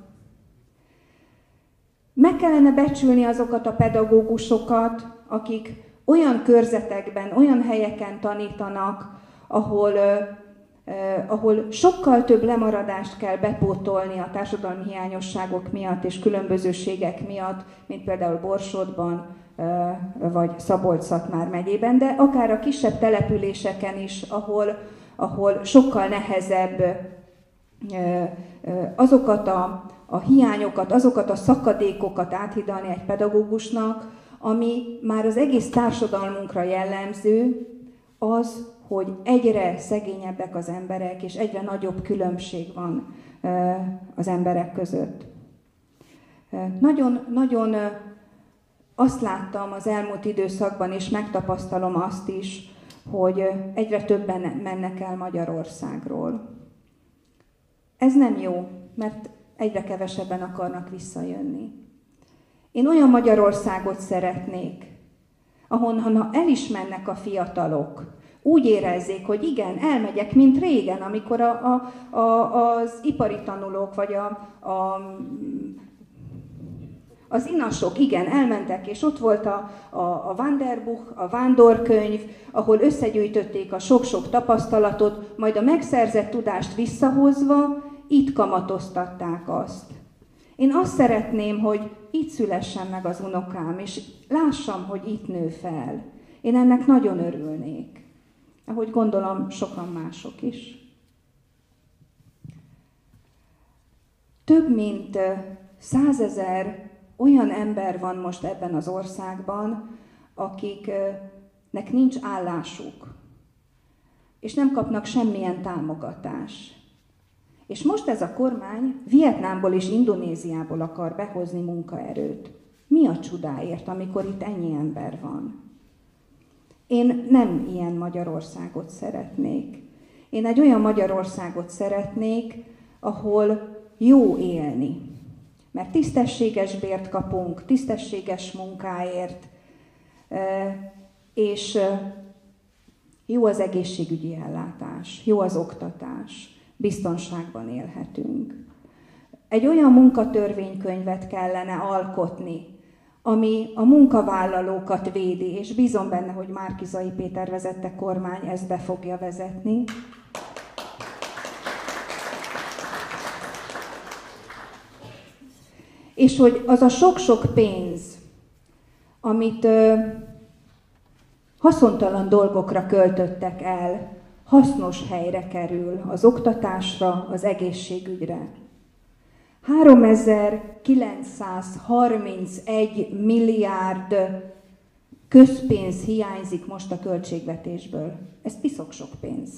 Meg kellene becsülni azokat a pedagógusokat, akik olyan körzetekben, olyan helyeken tanítanak, ahol, eh, ahol sokkal több lemaradást kell bepótolni a társadalmi hiányosságok miatt és különbözőségek miatt, mint például Borsodban eh, vagy Szabolcs-Szatmár megyében, de akár a kisebb településeken is, ahol, ahol sokkal nehezebb eh, eh, azokat a, a hiányokat, azokat a szakadékokat áthidalni egy pedagógusnak, ami már az egész társadalmunkra jellemző, az, hogy egyre szegényebbek az emberek, és egyre nagyobb különbség van az emberek között. Nagyon, nagyon azt láttam az elmúlt időszakban, és megtapasztalom azt is, hogy egyre többen mennek el Magyarországról. Ez nem jó, mert egyre kevesebben akarnak visszajönni. Én olyan Magyarországot szeretnék, ahonnan elismernek a fiatalok, úgy érezzék, hogy igen, elmegyek, mint régen, amikor a, a, a, az ipari tanulók, vagy a, a, az inasok, igen, elmentek, és ott volt a, a, a Wanderbuch, a vándorkönyv, ahol összegyűjtötték a sok-sok tapasztalatot, majd a megszerzett tudást visszahozva, itt kamatoztatták azt. Én azt szeretném, hogy itt szülessen meg az unokám, és lássam, hogy itt nő fel. Én ennek nagyon örülnék. Ahogy gondolom, sokan mások is. Több mint százezer olyan ember van most ebben az országban, akiknek nincs állásuk, és nem kapnak semmilyen támogatást. És most ez a kormány Vietnámból és Indonéziából akar behozni munkaerőt. Mi a csodáért, amikor itt ennyi ember van? Én nem ilyen Magyarországot szeretnék. Én egy olyan Magyarországot szeretnék, ahol jó élni. Mert tisztességes bért kapunk, tisztességes munkáért, és jó az egészségügyi ellátás, jó az oktatás. Biztonságban élhetünk. Egy olyan munkatörvénykönyvet kellene alkotni, ami a munkavállalókat védi, és bízom benne, hogy Márki-Zay Péter vezette kormány ezt be fogja vezetni. És hogy az a sok-sok pénz, amit ö, haszontalan dolgokra költöttek el, hasznos helyre kerül, az oktatásra, az egészségügyre. háromezer-kilencszázharmincegy milliárd közpénz hiányzik most a költségvetésből. Ez piszok sok pénz.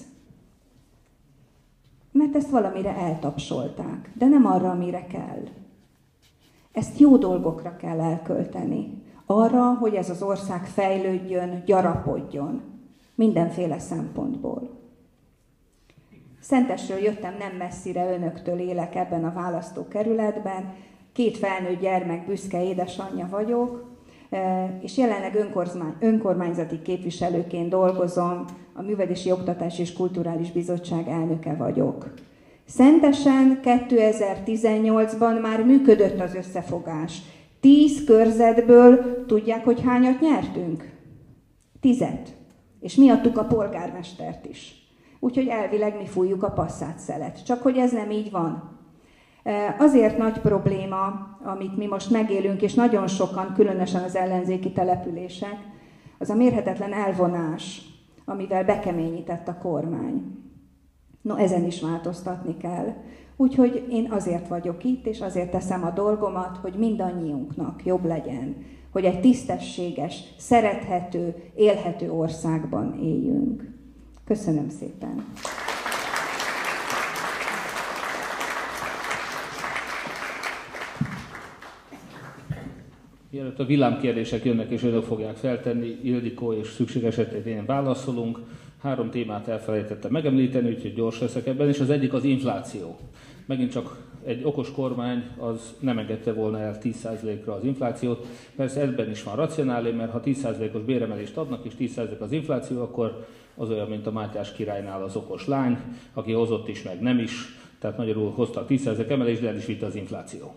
Mert ezt valamire eltapsolták, de nem arra, amire kell. Ezt jó dolgokra kell elkölteni. Arra, hogy ez az ország fejlődjön, gyarapodjon. Mindenféle szempontból. Szentesről jöttem, nem messzire önöktől élek ebben a választókerületben. Két felnőtt gyermek büszke édesanyja vagyok, és jelenleg önkormányzati képviselőként dolgozom, a Művelési Oktatás és Kulturális Bizottság elnöke vagyok. Szentesen kétezer-tizennyolcban már működött az összefogás. Tíz körzetből tudják, hogy hányat nyertünk? Tizet. És mi adtuk a polgármestert is. Úgyhogy elvileg mi fújjuk a passzát szelet. Csak hogy ez nem így van. Azért nagy probléma, amit mi most megélünk, és nagyon sokan, különösen az ellenzéki települések, az a mérhetetlen elvonás, amivel bekeményített a kormány. No, ezen is változtatni kell. Úgyhogy én azért vagyok itt, és azért teszem a dolgomat, hogy mindannyiunknak jobb legyen, hogy egy tisztességes, szerethető, élhető országban éljünk. Köszönöm szépen! Mielőtt a villámkérdések jönnek és önök fogják feltenni, Ildikó és szükség esetén válaszolunk. Három témát elfelejtettem megemlíteni, úgyhogy gyors leszek ebben, és az egyik az infláció. Megint csak egy okos kormány az nem engedte volna el tíz százalékra az inflációt. Persze ebben is van racionálé, mert ha tíz százalékos béremelést adnak és tíz százalék az infláció, akkor az olyan, mint a Mátyás királynál az okos lány, aki hozott is, meg nem is. Tehát magyarul hoztak tíz százalék emelést, de el is vitte az infláció.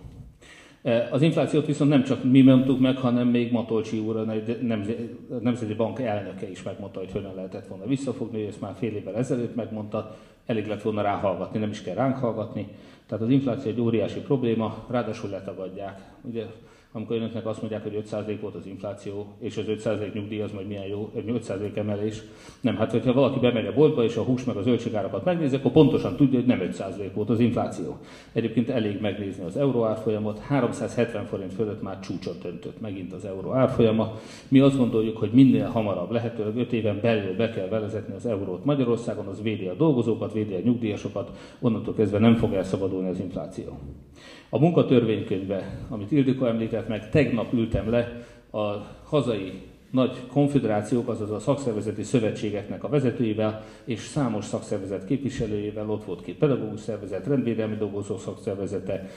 Az inflációt viszont nem csak mi mondtuk meg, hanem még Matolcsy úr, a Nemzeti Bank elnöke is megmondta, hogy hogyan lehetett volna visszafogni, ő ezt már fél évvel ezelőtt megmondta, elég lett volna ráhallgatni, nem is kell ránk hallgatni. Tehát az infláció egy óriási probléma, ráadásul letagadják. Ugye, amikor önöknek azt mondják, hogy öt százalék volt az infláció, és az öt százalék nyugdíj az majd milyen jó, öt százalék emelés. Nem, hát hogyha valaki bemegy a boltba, és a hús meg a zöldségárakat megnézi, akkor pontosan tudja, hogy nem öt százalék volt az infláció. Egyébként elég megnézni az euró árfolyamot, háromszázhetven forint fölött már csúcsot döntött megint az euró árfolyama. Mi azt gondoljuk, hogy minél hamarabb, lehetőleg öt éven belül be kell vezetni az eurót Magyarországon, az védi a dolgozókat, védi a nyugdíjasokat, onnantól kezdve nem fog elszabadulni az infláció. A munkatörvénykönyvbe, amit Ildikó említett meg, tegnap ültem le a hazai nagy konföderációk, azaz a szakszervezeti szövetségeknek a vezetőivel, és számos szakszervezet képviselőjével, ott volt két pedagógus szervezet, rendvédelmi dolgozók szakszervezete,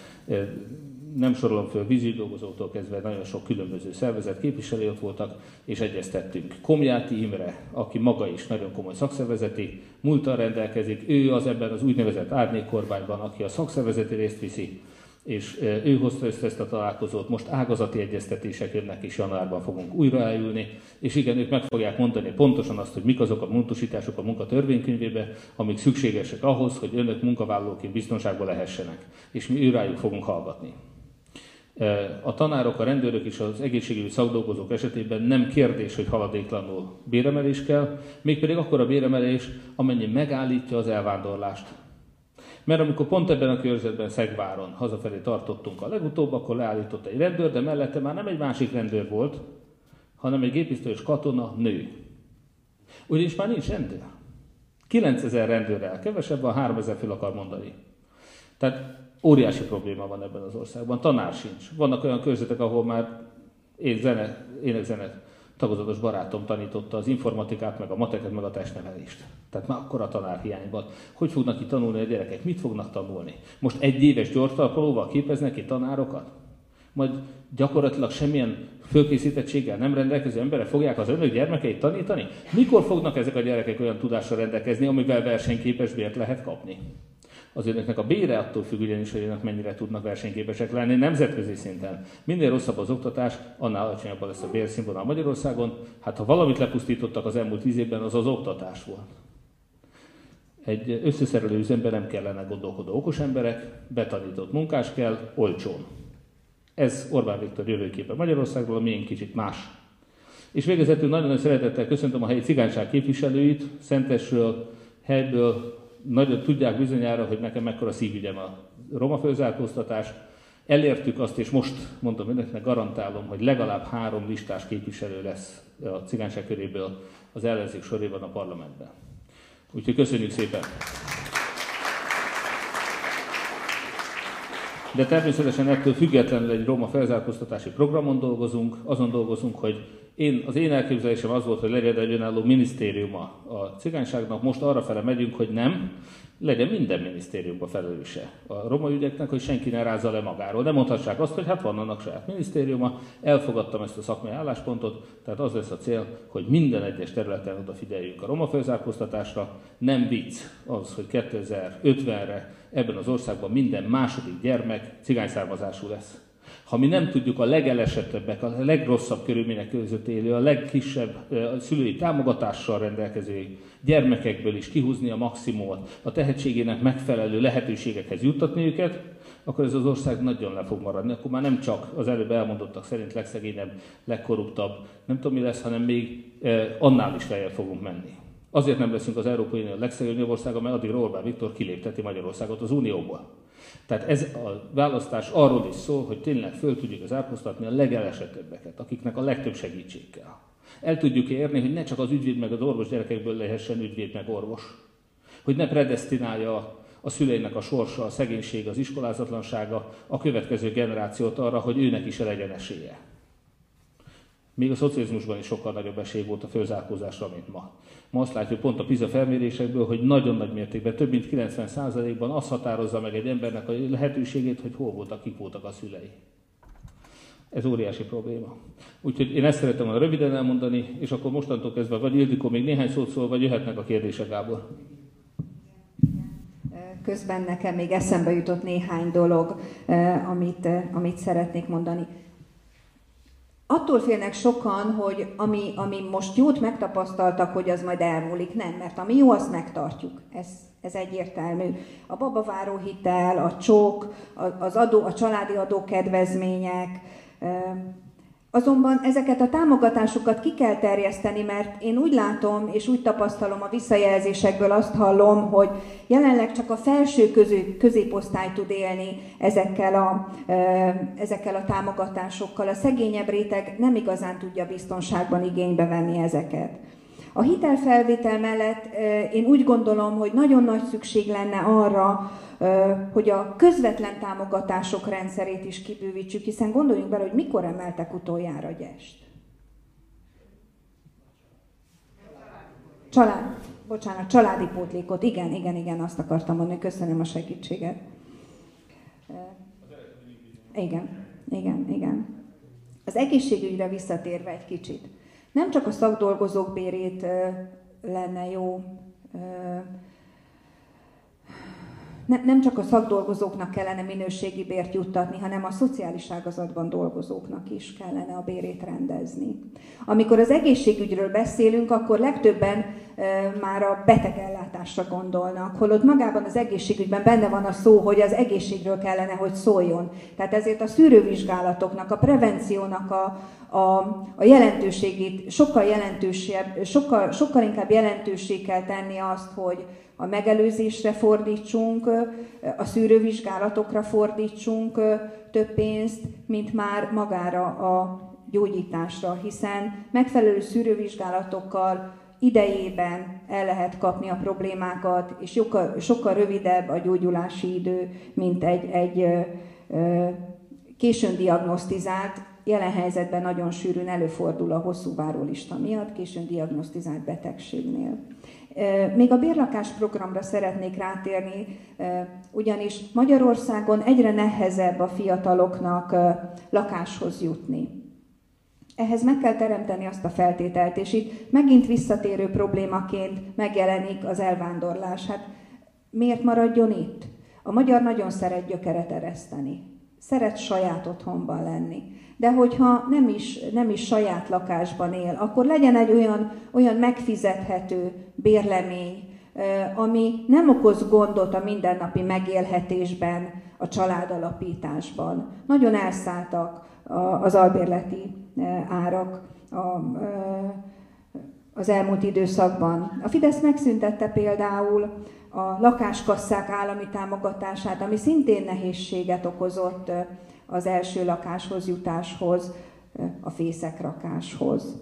nem sorolom föl, vízügyi dolgozóktól kezdve nagyon sok különböző szervezet képviselői ott voltak, és egyeztettünk. Komjáti Imre, aki maga is nagyon komoly szakszervezeti múlttal rendelkezik, ő az ebben az úgynevezett árnyékkormányban, aki a szakszervezeti részt viszi, és ő hozta össze ezt a találkozót, most ágazati egyeztetések jönnek, és januárban fogunk újra elülni, és igen, ők meg fogják mondani pontosan azt, hogy mik azok a módosítások a munkatörvénykönyvébe, amik szükségesek ahhoz, hogy önök munkavállalóként biztonságban lehessenek, és mi őrájuk fogunk hallgatni. A tanárok, a rendőrök és az egészségügyi szakdolgozók esetében nem kérdés, hogy haladéklanul béremelés kell, mégpedig akkor a béremelés, amennyi megállítja az elvándorlást. Mert amikor pont ebben a körzetben, Szegváron hazafelé tartottunk a legutóbb, akkor leállított egy rendőr, de mellette már nem egy másik rendőr volt, hanem egy géppisztolyos katona nő. Ugyanis már nincs rendőr. kilencezer rendőrrel kevesebb van, háromezer föl akar mondani. Tehát óriási probléma van ebben az országban, tanár sincs. Vannak olyan körzetek, ahol már én zene, énekzene tagozatos barátom tanította az informatikát, meg a mateket, meg a testnevelést. Tehát már akkora tanárhiány van. Hogy fognak itt tanulni a gyerekek? Mit fognak tanulni? Most egy éves gyorstalpalóval képeznek ki tanárokat? Majd gyakorlatilag semmilyen fölkészítettséggel nem rendelkező emberek fogják az önök gyermekeit tanítani? Mikor fognak ezek a gyerekek olyan tudással rendelkezni, amivel versenyképes bért lehet kapni? Az önöknek a bére attól függ ugyanis, hogy önök mennyire tudnak versenyképesek lenni nemzetközi szinten. Minél rosszabb az oktatás, annál alacsonyabb lesz a bérszínvonal Magyarországon. Hát ha valamit lepusztítottak az elmúlt tíz évben, az az oktatás volt. Egy összeszerelő üzemben nem kellene gondolkodó okos emberek, betanított munkás kell, olcsón. Ez Orbán Viktor jövőképe Magyarországról, a miénk kicsit más. És végezetül nagyon nagy szeretettel köszöntöm a helyi cigányság képviselőit, Szentesről, helyből. Nagyon tudják bizonyára, hogy nekem mekkora szívügyem a roma fölzárkóztatás. Elértük azt, és most mondom önöknek, garantálom, hogy legalább három listás képviselő lesz a cigányság köréből az ellenzék sorében a parlamentben. Úgyhogy köszönjük szépen! De természetesen ettől függetlenül egy roma felzárkóztatási programon dolgozunk, azon dolgozunk, hogy én, az én elképzelésem az volt, hogy legyen egy önálló minisztériuma a cigányságnak, most arrafele megyünk, hogy nem, legyen minden minisztériumban felelőse a roma ügyeknek, hogy senki ne rázza le magáról. Nem mondhassák azt, hogy hát van annak saját minisztériuma, elfogadtam ezt a szakmai álláspontot, tehát az lesz a cél, hogy minden egyes területen odafigyeljünk a roma felzárkóztatásra. Nem vicc az, hogy kétezer-ötvenre ebben az országban minden második gyermek cigány származású lesz. Ha mi nem tudjuk a legelesettebbek, a legrosszabb körülmények között élő, a legkisebb a szülői támogatással rendelkező gyermekekből is kihúzni a maximumot, a tehetségének megfelelő lehetőségekhez juttatni őket, akkor ez az ország nagyon le fog maradni. Akkor már nem csak az előbb elmondottak szerint legszegényebb, legkorruptabb, nem tudom mi lesz, hanem még annál is feljebb fogunk menni. Azért nem leszünk az Európai Unió legszegényebb országa, mert addig Orbán Viktor kilépteti Magyarországot az Unióból. Tehát ez a választás arról is szól, hogy tényleg föl tudjuk zárkóztatni a legelesettebbeket, akiknek a legtöbb segítség kell. El tudjuk érni, hogy ne csak az ügyvéd meg az orvos gyerekekből lehessen ügyvéd meg orvos. Hogy ne predesztinálja a szüleinek a sorsa, a szegénység, az iskolázatlansága a következő generációt arra, hogy őnek is legyen esélye. Még a szocializmusban is sokkal nagyobb esély volt a fölzárkózásra, mint ma. Ma azt látjuk pont a PISA felmérésekből, hogy nagyon nagy mértékben, több mint kilencven százalékban az határozza meg egy embernek a lehetőségét, hogy hol voltak, kik voltak a szülei. Ez óriási probléma. Úgyhogy én ezt szeretem volna röviden elmondani, és akkor mostantól kezdve vagy Ildikó még néhány szót szól, vagy jöhetnek a kérdések, Gábor. Közben nekem még eszembe jutott néhány dolog, amit, amit szeretnék mondani. Attól félnek sokan, hogy ami, ami most jót megtapasztaltak, hogy az majd elmúlik. Nem, mert ami jó, azt megtartjuk. Ez, ez egyértelmű. A babaváró hitel, a csók, az adó, a családi adókedvezmények. Azonban ezeket a támogatásokat ki kell terjeszteni, mert én úgy látom, és úgy tapasztalom a visszajelzésekből, azt hallom, hogy jelenleg csak a felső közé, középosztály tud élni ezekkel a, ezekkel a támogatásokkal. A szegényebb réteg nem igazán tudja biztonságban igénybe venni ezeket. A hitelfelvétel mellett én úgy gondolom, hogy nagyon nagy szükség lenne arra, hogy a közvetlen támogatások rendszerét is kibővítsük, hiszen gondoljunk bele, hogy mikor emeltek utoljára gyest. Család, bocsánat, családi pótlékot, igen, igen, igen, azt akartam mondani, köszönöm a segítséget. Igen, igen, igen. Az egészségügyre visszatérve egy kicsit. Nem csak a szakdolgozók bérét lenne jó, nem, nem csak a szakdolgozóknak kellene minőségi bért juttatni, hanem a szociális ágazatban dolgozóknak is kellene a bérét rendezni. Amikor az egészségügyről beszélünk, akkor legtöbben e, már a betegellátásra gondolnak, holott magában az egészségügyben benne van a szó, hogy az egészségről kellene, hogy szóljon. Tehát ezért a szűrővizsgálatoknak, a prevenciónak a, a, a jelentőségét sokkal jelentősebb, sokkal, sokkal inkább jelentőssé kell tenni azt, hogy a megelőzésre fordítsunk, a szűrővizsgálatokra fordítsunk több pénzt, mint már magára a gyógyításra, hiszen megfelelő szűrővizsgálatokkal idejében el lehet kapni a problémákat, és sokkal, sokkal rövidebb a gyógyulási idő, mint egy, egy későn diagnosztizált, jelen helyzetben nagyon sűrűn előfordul a hosszú várólista miatt, későn diagnosztizált betegségnél. Még a bérlakás programra szeretnék rátérni, ugyanis Magyarországon egyre nehezebb a fiataloknak lakáshoz jutni. Ehhez meg kell teremteni azt a feltételt, és itt megint visszatérő problémaként megjelenik az elvándorlás. Hát miért maradjon itt? A magyar nagyon szeret gyökeret ereszteni, szeret saját otthonban lenni. De hogyha nem is, nem is saját lakásban él, akkor legyen egy olyan, olyan megfizethető bérlemény, ami nem okoz gondot a mindennapi megélhetésben, a családalapításban. Nagyon elszálltak az albérleti árak az elmúlt időszakban. A Fidesz megszüntette például a lakáskasszák állami támogatását, ami szintén nehézséget okozott az első lakáshoz jutáshoz, a fészekrakáshoz.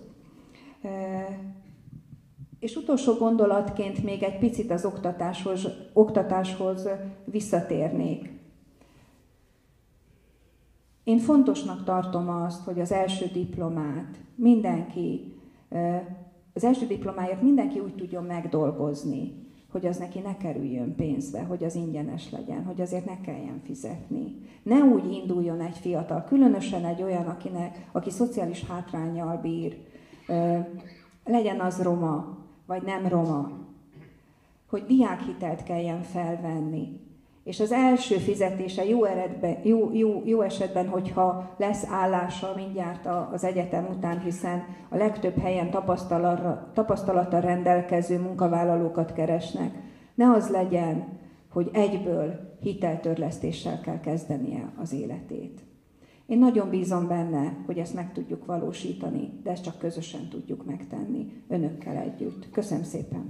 És utolsó gondolatként még egy picit az oktatáshoz, oktatáshoz visszatérnék. Én fontosnak tartom azt, hogy az első diplomát mindenki, az első diplomáját mindenki úgy tudjon megdolgozni, hogy az neki ne kerüljön pénzbe, hogy az ingyenes legyen, hogy azért ne kelljen fizetni. Ne úgy induljon egy fiatal, különösen egy olyan, akinek, aki szociális hátránnyal bír, legyen az roma, vagy nem roma, hogy diákhitelt kelljen felvenni. És az első fizetése jó, eredben, jó, jó, jó esetben, hogyha lesz állása mindjárt az egyetem után, hiszen a legtöbb helyen tapasztalattal rendelkező munkavállalókat keresnek, ne az legyen, hogy egyből hiteltörlesztéssel kell kezdenie az életét. Én nagyon bízom benne, hogy ezt meg tudjuk valósítani, de ezt csak közösen tudjuk megtenni, önökkel együtt. Köszönöm szépen!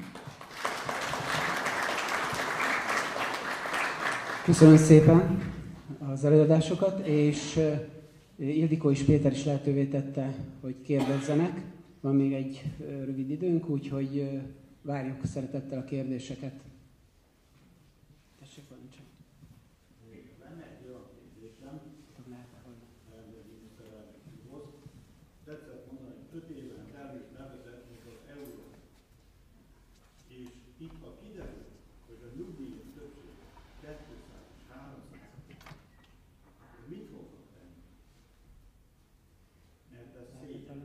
Köszönöm szépen az előadásokat, és Ildikó és Péter is lehetővé tette, hogy kérdezzenek. Van még egy rövid időnk, úgyhogy várjuk szeretettel a kérdéseket. Tessék, parancsolj. Lenne egy olyan kérdésem, miniszterelnökhoz. Tetszett mondani, hogy öt éven belül bevezetnék az eurót. És itt a kiderül, hogy a nyugdíjak többség kétszáz és háromszáz, mit fognak tenni? Mert ez szégyen.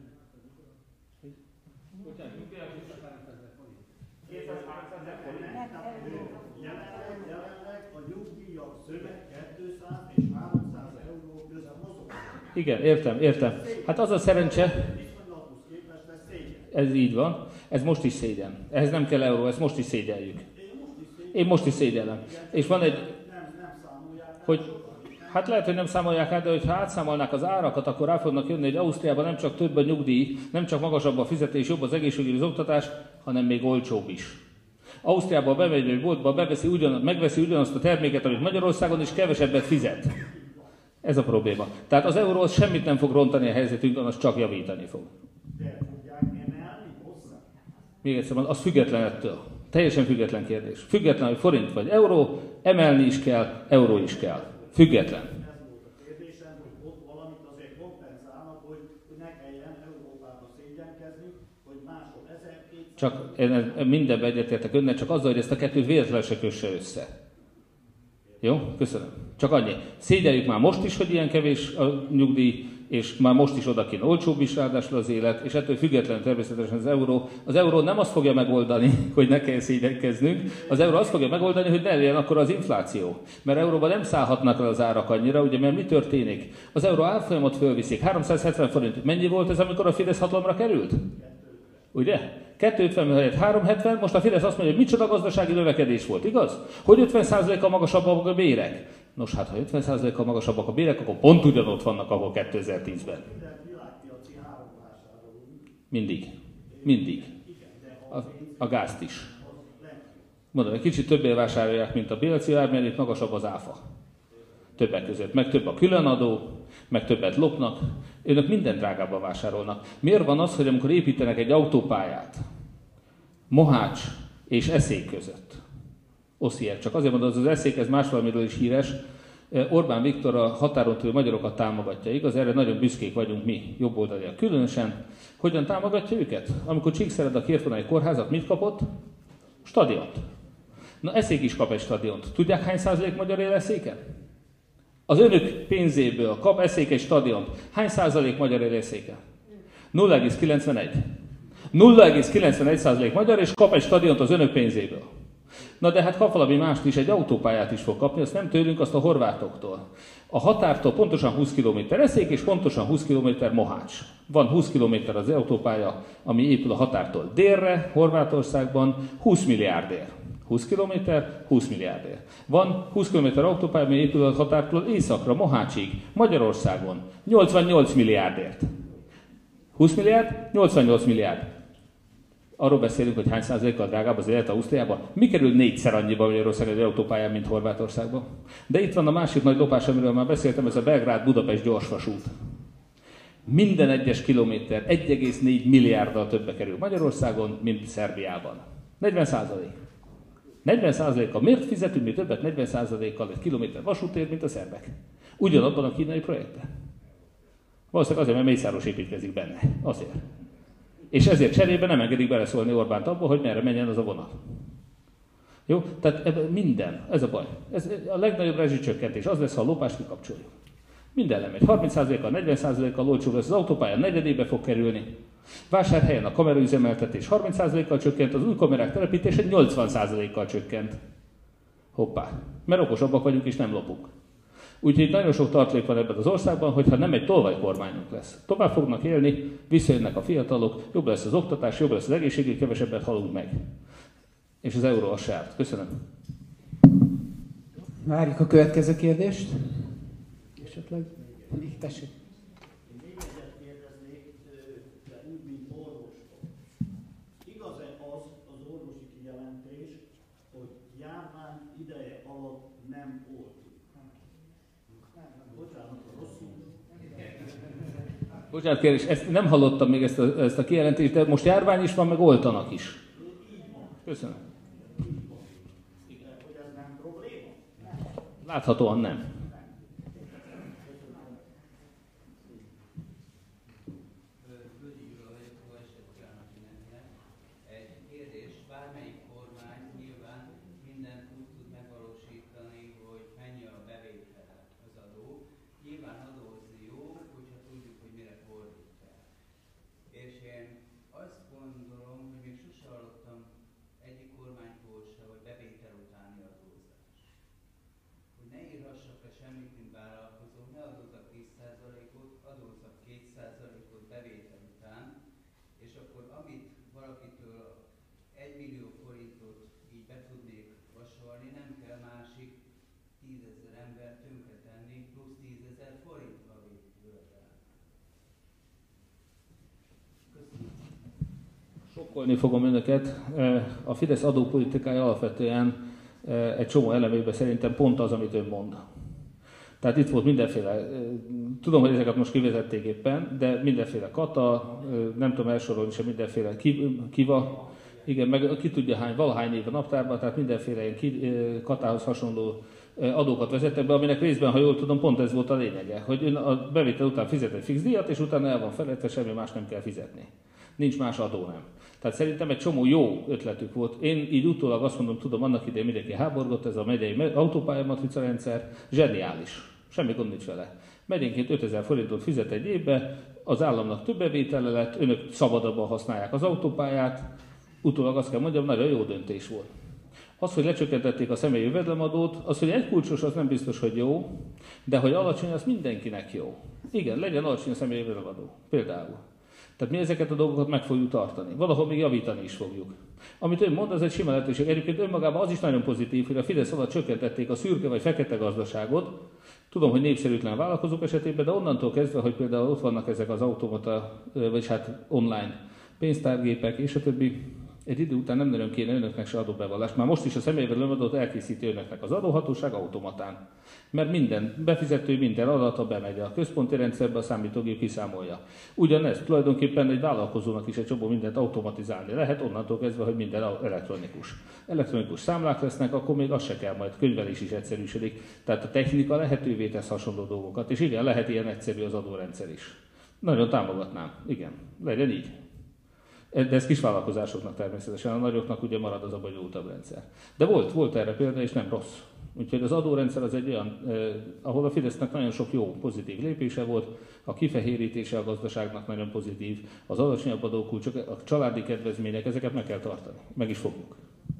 Jelenleg a nyugdíjak szöveg kétszáz és háromszáz euró között mozog. Igen, értem, értem. Hát az a szerencse, Viszonylathoz képest ez szégyen. ez így van, ez most is szégyen. Ehhez nem kell euró, ezt most is szégyeljük. Én most is szégyellem. És van egy, hogy hát lehet, hogy nem számolják át, de hogyha átszámolnák az árakat, akkor rá fognak jönni, hogy Ausztriában nem csak több a nyugdíj, nem csak magasabb a fizetés, jobb az egészségügyi, az oktatás, hanem még olcsóbb is. Ausztriában bemegy egy boltba, beveszi ugyan, megveszi ugyanazt a terméket, amit Magyarországon, és kevesebbet fizet. Ez a probléma. Tehát az euró az semmit nem fog rontani a helyzetünkön, az csak javítani fog. De fogják emelni hozzá? Még egyszer mondom, az független ettől. Teljesen független kérdés. Független, hogy forint vagy euró, emelni is kell, euró is kell. Független. Ez volt a kérdésem, hogy ott valamit azért kompenzálnak, hogy, hogy ne kelljen Európába szégyenkezni, hogy máshol ezerkétszáz... Csak én mindenben egyetértek önnel, csak azzal, hogy ezt a kettőt véletlenül se kösse össze. Jó? Köszönöm. Csak annyi. Szégyeljük már most is, hogy ilyen kevés a nyugdíj, és már most is oda kéne olcsóbb is ráadásul az élet, és ettől függetlenül természetesen az euró. Az euró nem azt fogja megoldani, hogy ne kell szégyenkeznünk, az euró azt fogja megoldani, hogy ne legyen akkor az infláció. Mert euróban nem szállhatnak el az árak annyira, ugye, mert mi történik? Az euró árfolyamot fölviszik, háromszázhetven forint. Mennyi volt ez, amikor a Fidesz hatalomra került? Ugye? kétszázötven helyett háromszázhetven, most a Fidesz azt mondja, hogy micsoda gazdasági növekedés volt, igaz? Hogy ötven százalékkal magasabbak a bérek? Nos, hát ha ötven százalékkal magasabbak a bérek, akkor pont ugyanott vannak, ahol kétezer-tízben. Mindig. Mindig. A, a gázt is. Mondom, egy kicsit többé vásárolják, mint a piaci ár, mert itt magasabb az áfa. Többek között. Meg több a különadó, meg többet lopnak. Önök minden drágábban vásárolnak. Miért van az, hogy amikor építenek egy autópályát, Mohács és Eszék között, Oszier, csak azért mondom, az az Eszék, ez más valamiről is híres, Orbán Viktor a határon túl magyarokat támogatja, igaz? Erre nagyon büszkék vagyunk mi, jobboldaliak. Különösen, hogyan támogatja őket? Amikor Csíkszereda kért volna egy kórházat, mit kapott? Stadiont. Na, Eszék is kap egy stadiont. Tudják, hány százalék magyar él Eszéken? Az önök pénzéből kap Eszék egy stadiont. Hány százalék magyar él Eszéken? nulla egész kilencvenegy. nulla egész kilencvenegy százalék magyar, és kap egy stadiont az önök pénzéből. Na de hát kap valami mást is, egy autópályát is fog kapni, azt nem tőlünk, azt a horvátoktól. A határtól pontosan húsz kilométer Eszék, és pontosan húsz kilométer Mohács. Van húsz kilométer az autópálya, ami épül a határtól délre, Horvátországban, húsz milliárdért. húsz kilométer, húsz milliárdért. Van húsz kilométer autópálya, ami épül a határtól északra, Mohácsig, Magyarországon, nyolcvannyolc milliárdért. húsz milliárd, nyolcvannyolc milliárd. Arról beszélünk, hogy hány százalékkal drágább az élet Ausztriában. Mi kerül négyszer annyiba Magyarországon egy autópályán, mint Horvátországban? De itt van a másik nagy lopás, amiről már beszéltem, ez a Belgrád-Budapest gyorsvasút. Minden egyes kilométer egy egész négy milliárddal többe kerül Magyarországon, mint Szerbiában. negyven százalék. negyven százalékkal miért fizetünk mi többet negyven százalékkal egy kilométer vasútért, mint a szerbek? Ugyanabban a kínai projektben. Valószínűleg azért, mert Mészáros építkezik benne. Azért. És ezért cserébe nem engedik beleszólni Orbánt abba, hogy merre menjen az a vonat. Jó? Tehát ebben minden. Ez a baj. Ez a legnagyobb rezsicsökkentés. Az lesz, ha a lopást kikapcsoljuk. Minden lemegy. harminc százalékkal, negyven százalékkal olcsóbb lesz az autópálya, negyedébe fog kerülni. Vásárhelyen a kameraüzemeltetés harminc százalékkal csökkent, az új kamerák telepítése nyolcvan százalékkal csökkent. Hoppá. Mert okosabbak vagyunk és nem lopunk. Úgyhogy nagyon sok tartalék van ebben az országban, hogyha nem egy tolvajkormányunk lesz. Tovább fognak élni, visszajönnek a fiatalok, jobb lesz az oktatás, jobb lesz az egészségügy, kevesebbet halunk meg. És az euró az sárt. Köszönöm. Várjuk a következő kérdést. Esetleg? Még tessék. Én még egyet kérdeznék, de úgy, mint orvostól. Igaz-e az az orvosi kijelentés, hogy járvány ideje alatt nem oltjuk? Bocsánat, rosszul. Bocsánat, kérdés, ezt nem hallottam még ezt a, ezt a kijelentést, de most járvány is van, meg oltanak is. Köszönöm. Hogy ez nem probléma? Láthatóan nem. Sokkolni fogom önöket. A Fidesz adópolitikája alapvetően egy csomó elemében szerintem pont az, amit ön mond. Tehát itt volt mindenféle, tudom, hogy ezeket most kivezették éppen, de mindenféle kata, nem tudom elsorolni sem mindenféle kiva, igen, meg ki tudja hány, valahány év a naptárban, tehát mindenféle ilyen katához hasonló adókat vezettek be, aminek részben, ha jól tudom, pont ez volt a lényege, hogy ön a bevétel után fizet egy fix díjat, és utána el van feledve, semmi más nem kell fizetni. Nincs más adó, nem. Tehát szerintem egy csomó jó ötletük volt. Én így utólag azt mondom, tudom, annak idején mindenki háborgott, ez a megyei autópályamatrica rendszer, zseniális. Semmi gond nincs vele. Megyénként ötezer forintot fizet egy évbe, az államnak több bevétele lett, önök szabadabban használják az autópályát. Utólag azt kell mondjam, nagyon jó döntés volt. Az, hogy lecsökkentették a személyi jövedelemadót, az, hogy egy kulcsos, az nem biztos, hogy jó, de hogy alacsony, az mindenkinek jó. Igen, legyen alacsony a személyi jövedelemadó. Például. Tehát mi ezeket a dolgokat meg fogjuk tartani. Valahol még javítani is fogjuk. Amit ön mond, az egy sima lehetőség. Egyébként önmagában az is nagyon pozitív, hogy a Fidesz alatt csökkentették a szürke vagy fekete gazdaságot. Tudom, hogy népszerűtlen vállalkozók esetében, de onnantól kezdve, hogy például ott vannak ezek az automata, vagy hát online pénztárgépek és a többi, egy idő után nem nagyon kéne önöknek se adóbevallást. Már most is a személyvédelemadót elkészíti önöknek az adóhatóság automatán. Mert minden befizető, minden adata bemegy a központi rendszerbe, a számítógép kiszámolja. Ugyanez tulajdonképpen egy vállalkozónak is egy csomó mindent automatizálni lehet, onnantól kezdve, hogy minden elektronikus. Elektronikus számlák lesznek, akkor még az se kell, majd könyvelés is egyszerűsödik. Tehát a technika lehetővé tesz hasonló dolgokat, és igen, lehet ilyen egyszerű az adórendszer is. Nagyon támogatnám, igen, legyen így. De ez kisvállalkozásoknak természetesen, a nagyoknak ugye marad az a bonyolultabb rendszer. De volt, volt erre példa, és nem rossz. Úgyhogy az adórendszer az egy olyan, eh, ahol a Fidesznek nagyon sok jó, pozitív lépése volt, a kifehérítése a gazdaságnak nagyon pozitív, az alacsonyabb adókulcsok, a családi kedvezmények, ezeket meg kell tartani. Meg is fogjuk.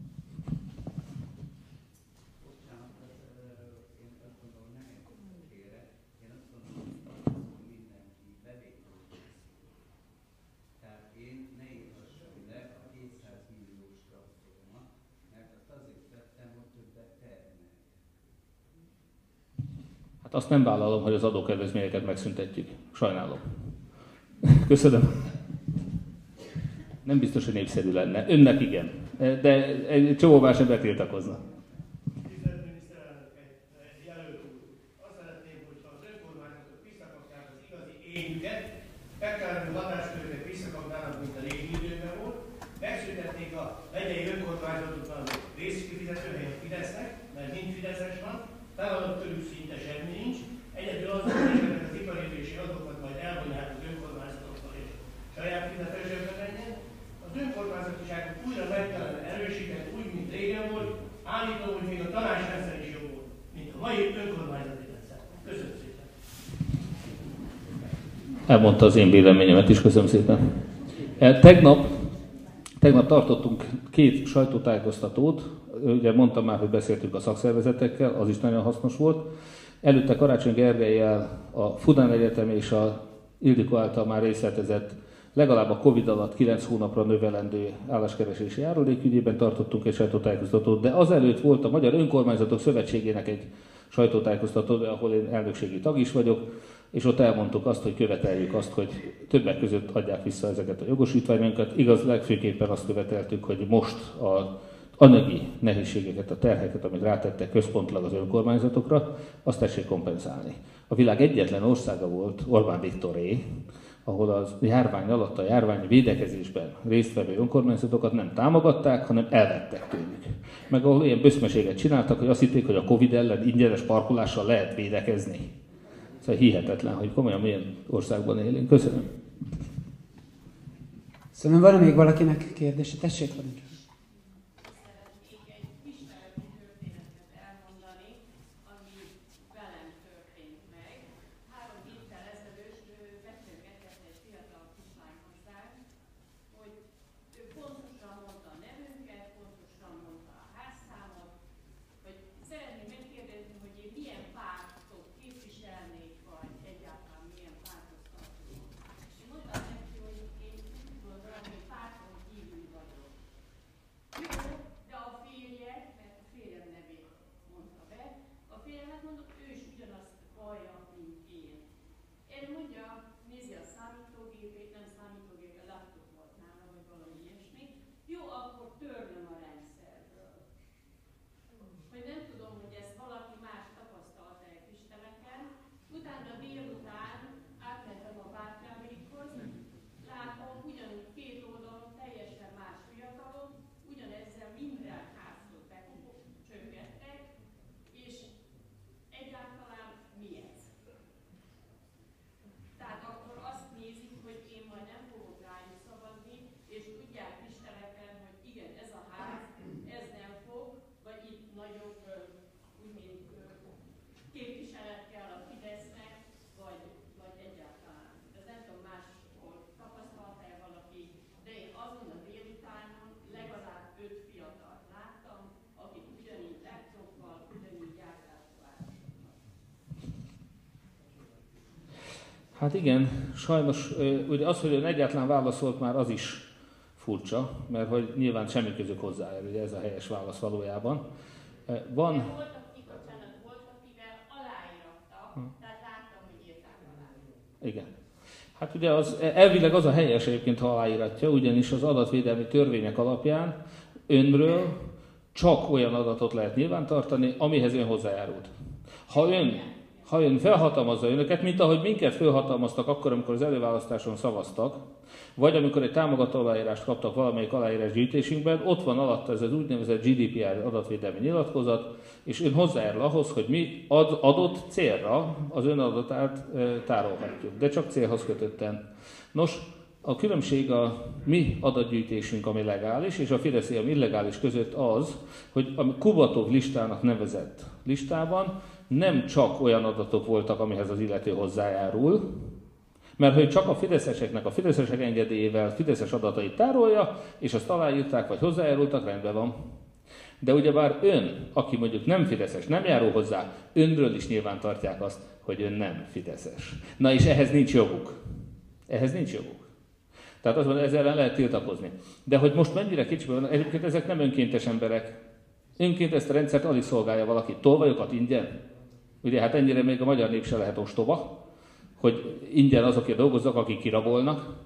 Azt nem vállalom, hogy az adókedvezményeket megszüntetjük. Sajnálom. Köszönöm. Nem biztos, hogy népszerű lenne. Önnek igen, de egy csomó más ember tiltakozna. Tisztelt miniszterelnök jelölt úr, azt szeretném, hogyha az önkormányzatok visszakapják az igazi énüket, megfelelő hatásköröket visszakapnának, mint a régi időben volt, megszüntetnék a megyei önkormányzatokban részkifizető helyet Fidesznek, mert mind Fideszes van, feladott körül szinte semmi nincs, egyedül az, hogy az iparépési adókat majd elvonják az önkormányzatoktól és saját fizetésre menjen. Az önkormányzatiságot újra meg kellene erősíteni, úgy, mint régen volt, állítom, hogy még a tanácsrendszer is jobb volt, mint a mai önkormányzati rendszer. Köszönöm szépen! Elmondta az én véleményemet is, köszönöm szépen. Tegnap, tegnap tartottunk két sajtótájékoztatót, ugye mondtam már, hogy beszéltünk a szakszervezetekkel, az is nagyon hasznos volt. Előtte Karácsony Gergellyel a Fudán Egyetem és a Ildikó által már részletezett legalább a Covid alatt kilenc hónapra növelendő álláskeresési járulék ügyében tartottunk egy sajtótájékoztatót, de azelőtt volt a Magyar Önkormányzatok Szövetségének egy sajtótájékoztató, ahol én elnökségi tag is vagyok, és ott elmondtuk azt, hogy követeljük azt, hogy többek között adják vissza ezeket a jogosítványokat. Igaz, legfőképpen azt követeltük, hogy most az anyagi nehézségeket, a terheket, amit rátettek központilag az önkormányzatokra, azt tessék kompenzálni. A világ egyetlen országa volt Orbán Viktoré, ahol az járvány alatt a járvány védekezésben résztvevő önkormányzatokat nem támogatták, hanem elvettek tőlük. Meg ahol ilyen böszmeséget csináltak, hogy azt hitték, hogy a Covid ellen ingyenes parkolással lehet védekezni. Szóval hihetetlen, hogy komolyan milyen országban élünk. Köszönöm. Szóval van még valakinek kérdése? Tessék, parancsolni. Szeretnék egy kismeleti történetet elmondani, ami velem történt meg. Három héttel ezelőtt beszélgetett egy fiatal kislány hozzánk, hogy ő pontosan mondta a nevünket, pontosan mondta a házszámot, hogy szeretném megkérdezni, hogy én milyen pártot képviselnék, vagy egyáltalán milyen pártot tartozom. És én mondtam neki, hogy én úgy gondolom, hogy párton kívül vagyok. Jó, de a férje, mert a férjem nevét mondta be, a férjemet mondok, ő is ugyanazt vallja, mint én. Én mondja, nézi a számítógépét, nem számítógép, a laptop volt nála, vagy valami ilyesmi. Jó, akkor törnöm a rendszerről. Hogy nem tudom, hogy ezt valaki más tapasztalta-e Kisteleken. Utána délután átmentem a Bátyámékhoz, látom ugyanúgy két oldalon teljesen más fiatalok, ugyanezzel minden házhoz becsökkentek, és egyáltalán mi ez? Tehát akkor azt nézik, hogy én majd nem fogok rájuk szavazni, és tudják Kisteleken, hogy igen, ez a ház, ez nem fog, vagy itt nagyobb, ö, úgy mint ö, képviselet kell a Fidesznek, vagy, vagy egyáltalán. Ez nem tudom, máshol tapasztalta-e valaki, de én azon a délutánon legalább öt fiatalt láttam, akik ugyanígy laptoppal, ugyanígy járták a városoknak. Hát igen, sajnos ugye az, hogy ön egyáltalán válaszolt már, az is furcsa, mert hogy nyilván semmi közük hozzá, ugye ez a helyes válasz valójában. Van... De volt, akik, bocsánat, volt, akivel aláírattak, tehát láttam, hogy írták alá. Igen. Hát ugye az, elvileg az a helyes egyébként, ha aláíratja, ugyanis az adatvédelmi törvények alapján önről csak olyan adatot lehet nyilvántartani, amihez ön hozzájárult. Ha ön, ha ön felhatalmazza önöket, mint ahogy minket felhatalmaztak akkor, amikor az előválasztáson szavaztak, vagy amikor egy támogató aláírást kaptak valamelyik aláírás gyűjtésünkben, ott van alatta ez az úgynevezett G D P R adatvédelmi nyilatkozat, és ön hozzájárul ahhoz, hogy mi ad, adott célra az ön adatát e, tárolhatjuk, de csak célhoz kötötten. Nos, a különbség a mi adatgyűjtésünk, ami legális, és a Fideszi, ami illegális között az, hogy a Kubatov listának nevezett listában nem csak olyan adatok voltak, amihez az illető hozzájárul, mert hogy csak a fideszeseknek a fideszesek engedélyével fideszes adatait tárolja, és azt aláírták, vagy hozzájárultak, rendben van. De ugyebár ön, aki mondjuk nem fideszes, nem járul hozzá, önről is nyilván tartják azt, hogy ön nem fideszes. Na és ehhez nincs joguk. Ehhez nincs joguk. Tehát azt mondja, ezzel ellen lehet tiltakozni. De hogy most mennyire kicsiben van, egyébként ezek nem önkéntes emberek. Önként ezt a rendszert alig szolgálja valaki. Tolvajokat ingyen? Ugye hát ennyire még a magyar nép se lehet ostoba, hogy ingyen azokért dolgozzak, akik kirabolnak.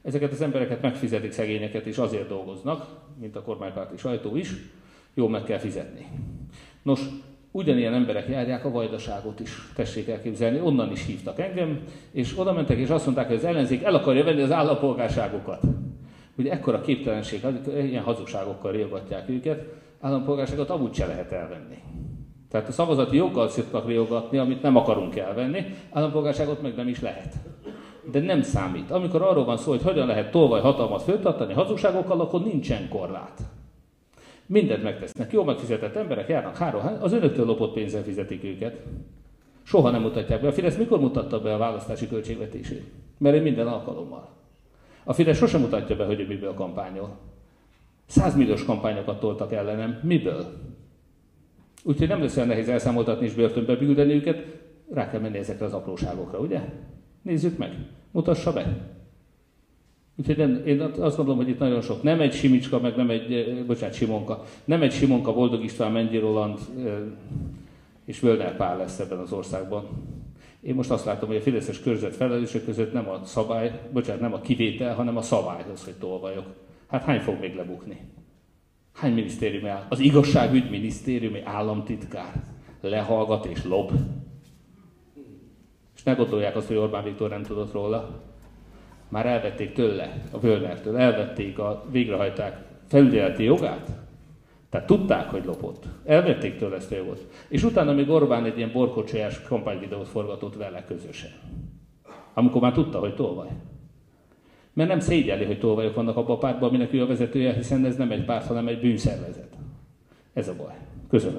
Ezeket az embereket megfizetik, szegényeket, és azért dolgoznak, mint a kormánypárti sajtó is, jól meg kell fizetni. Nos, ugyanilyen emberek járják a Vajdaságot is, tessék elképzelni, onnan is hívtak engem, és oda mentek, és azt mondták, hogy az ellenzék el akarja venni az állampolgárságokat. Ugye ekkora képtelenség, ilyen hazugságokkal riogatják őket, állampolgárságot amúgy se lehet elvenni. Tehát a szavazati joggal szoktak riogatni, amit nem akarunk elvenni, állampolgárságot meg nem is lehet. De nem számít. Amikor arról van szó, hogy hogyan lehet tolvaj hatalmat föltartani hazugságokkal, akkor nincsen korlát. Mindent megtesznek. Jól megfizetett emberek járnak három, az önöktől lopott pénzzel fizetik őket. Soha nem mutatják be. A Fidesz mikor mutatta be a választási költségvetését? Mert ő minden alkalommal. A Fidesz sosem mutatja be, hogy ő miből kampányol. Százmilliós kampányokat toltak ellenem. Miből? Úgyhogy nem lesz olyan nehéz elszámoltatni és börtönbe küldeni őket, rá kell menni ezekre az apróságokra, ugye? Nézzük meg, mutassa be. Úgyhogy nem, én azt gondolom, hogy itt nagyon sok, nem egy Simicska, meg nem egy, bocsánat, Simonka, nem egy Simonka, Boldog István, Mennyi Roland és Völner Pál lesz ebben az országban. Én most azt látom, hogy a fideszes körzet felelősök között nem a szabály, bocsánat, nem a kivétel, hanem a szabályhoz, hogy tolvajok. Hát hány fog még lebukni? Hány minisztérium áll? Az igazságügy minisztériumi államtitkár lehallgat és lob. És ne gondolják azt, hogy Orbán Viktor nem tudott róla. Már elvették tőle, a Völnertől, elvették a végrehajták felügyeleti jogát. Tehát tudták, hogy lopott. Elvették tőle ezt a jogot. És utána még Orbán egy ilyen borkocsajás kampányvideót forgatott vele közösen. Amikor már tudta, hogy tolvaj. Mert nem szégyelli, hogy tolvajok vannak abban a pártban, aminek ő a vezetője, hiszen ez nem egy párt, hanem egy bűnszervezet. Ez a baj. Köszönöm.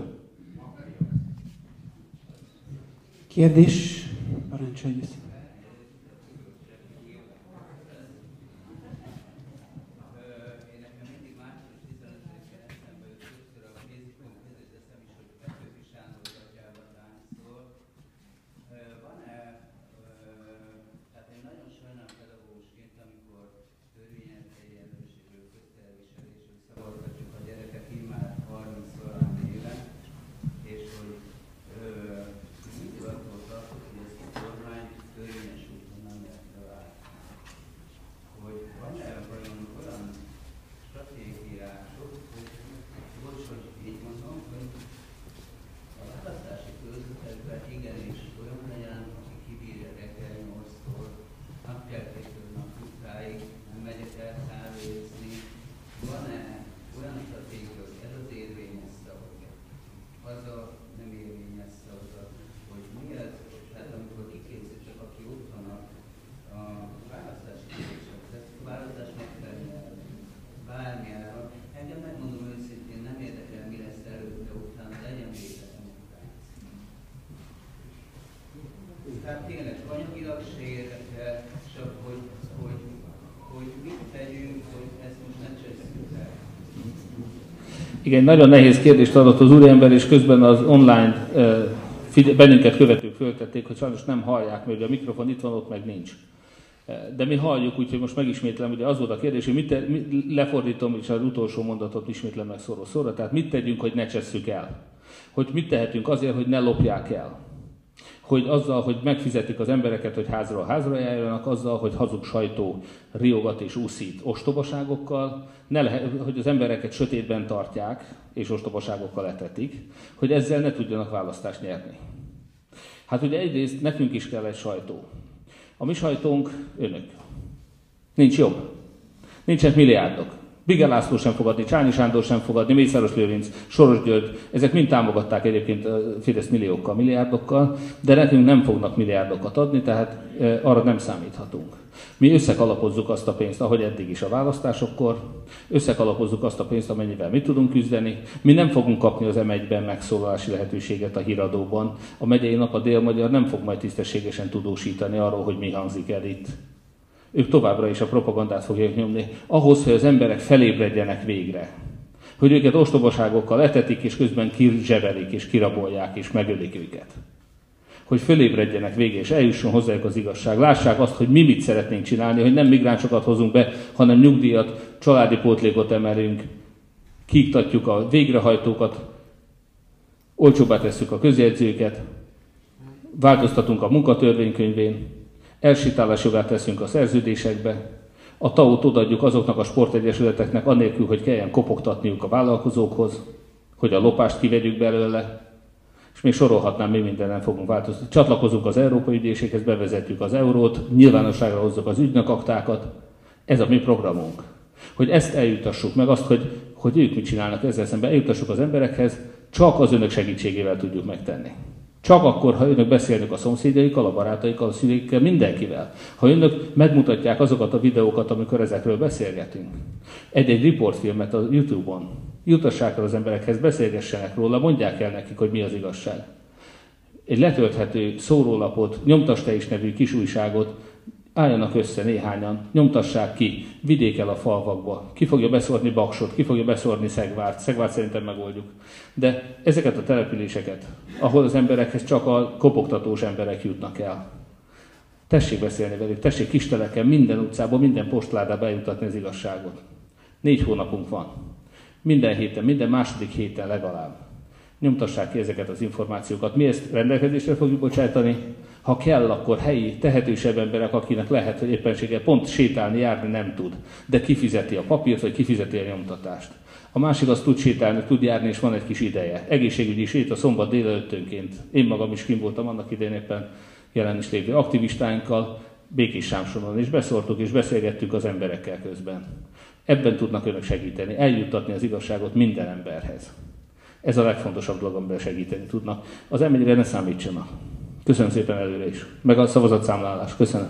Kérdés? Parancsolj vissza. Tehát tényleg anyagilag se érdekel, csak hogy, hogy, hogy mit tegyünk, hogy ezt most ne csesszük el. Igen, nagyon nehéz kérdést adott az úriember, és közben az online uh, bennünket követők föltették, hogy sajnos nem hallják, mert a mikrofon itt van, ott meg nincs. De mi halljuk, úgyhogy most megismétlem, ugye az volt a kérdés, hogy mit te, mit, lefordítom, és az utolsó mondatot ismétlem meg szóról szóra, tehát mit tegyünk, hogy ne csesszük el? Hogy mit tehetünk azért, hogy ne lopják el? Hogy azzal, hogy megfizetik az embereket, hogy házról házra járjanak, azzal, hogy hazug sajtó riogat és úszít ostobaságokkal, ne lehet, hogy az embereket sötétben tartják, és ostobaságokkal etetik, hogy ezzel ne tudjanak választást nyerni. Hát ugye egyrészt nekünk is kell egy sajtó. A mi sajtónk önök. Nincs jobb. Nincsenek milliárdok. Bige László sem fogadni, Csányi Sándor sem fogadni, Mészáros Lőrinc, Soros György, ezek mind támogatták egyébként a Fidesz milliókkal, milliárdokkal, de nekünk nem fognak milliárdokat adni, tehát e, arra nem számíthatunk. Mi összekalapozzuk azt a pénzt, ahogy eddig is a választásokkor, összekalapozzuk azt a pénzt, amennyivel mi tudunk küzdeni. Mi nem fogunk kapni az em egyben megszólalási lehetőséget a híradóban. A megyei nap, a Dél-Magyar nem fog majd tisztességesen tudósítani arról, hogy mi hangzik el itt. Ők továbbra is a propagandát fogják nyomni, ahhoz, hogy az emberek felébredjenek végre. Hogy őket ostobaságokkal etetik, és közben kirzsevelik, és kirabolják, és megölik őket. Hogy fölébredjenek végre, és eljusson hozzájuk az igazság. Lássák azt, hogy mi mit szeretnénk csinálni, hogy nem migránsokat hozunk be, hanem nyugdíjat, családi pótlékot emelünk, kiiktatjuk a végrehajtókat, olcsóbbá tesszük a közjegyzőket, változtatunk a munkatörvénykönyvén, elsitálás jogát teszünk a szerződésekbe, A té á o-t odaadjuk azoknak a sportegyesületeknek, anélkül, hogy kelljen kopogtatniuk a vállalkozókhoz, hogy a lopást kivegyük belőle, és még sorolhatnám, mi mindenen fogunk változtatni. Csatlakozunk az Európai Ügyészséghez, bevezetjük az eurót, nyilvánosságra hozzuk az ügynökaktákat. Ez a mi programunk. Hogy ezt eljutassuk meg, azt, hogy, hogy ők mit csinálnak ezzel szemben, eljutassuk az emberekhez, csak az önök segítségével tudjuk megtenni. Csak akkor, ha önök beszélnek a szomszédjaikkal, a barátaikkal, a szüleikkel, mindenkivel. Ha önök megmutatják azokat a videókat, amikor ezekről beszélgetünk. Egy-egy riportfilmet a YouTube-on. Jutassák el az emberekhez, beszélgessenek róla, mondják el nekik, hogy mi az igazság. Egy letölthető szórólapot, Nyomtass is nevű kis újságot, álljanak össze néhányan, nyomtassák ki, vigyék el a falvakba. Ki fogja beszórni Baksot, ki fogja beszórni Szegvárt, Szegvárt szerintem megoldjuk. De ezeket a településeket, ahol az emberekhez csak a kopogtatós emberek jutnak el. Tessék beszélni velük, tessék kisteleken, minden utcában, minden postládába eljutatni az igazságot. Négy hónapunk van. Minden héten, minden második héten legalább. Nyomtassák ki ezeket az információkat. Mi ezt rendelkezésre fogjuk bocsájtani. Ha kell, akkor helyi, tehetősebb emberek, akinek lehet, hogy éppenséggel pont sétálni, járni nem tud, de kifizeti a papírt, vagy kifizeti a nyomtatást. A másik az tud sétálni, tud járni, és van egy kis ideje. Egészségügyi sét a szombat délelőttönként. Én magam is kim voltam annak idején éppen jelen is lévő aktivistáinkkal, Békés Sámsonon, és beszórtuk és beszélgettünk az emberekkel közben. Ebben tudnak önök segíteni, eljuttatni az igazságot minden emberhez. Ez a legfontosabb dolog, amiben segíteni tudnak. Az emélyre ne számítsanak. Köszönöm szépen előre is. Meg a szavazatszámlálás. Köszönöm.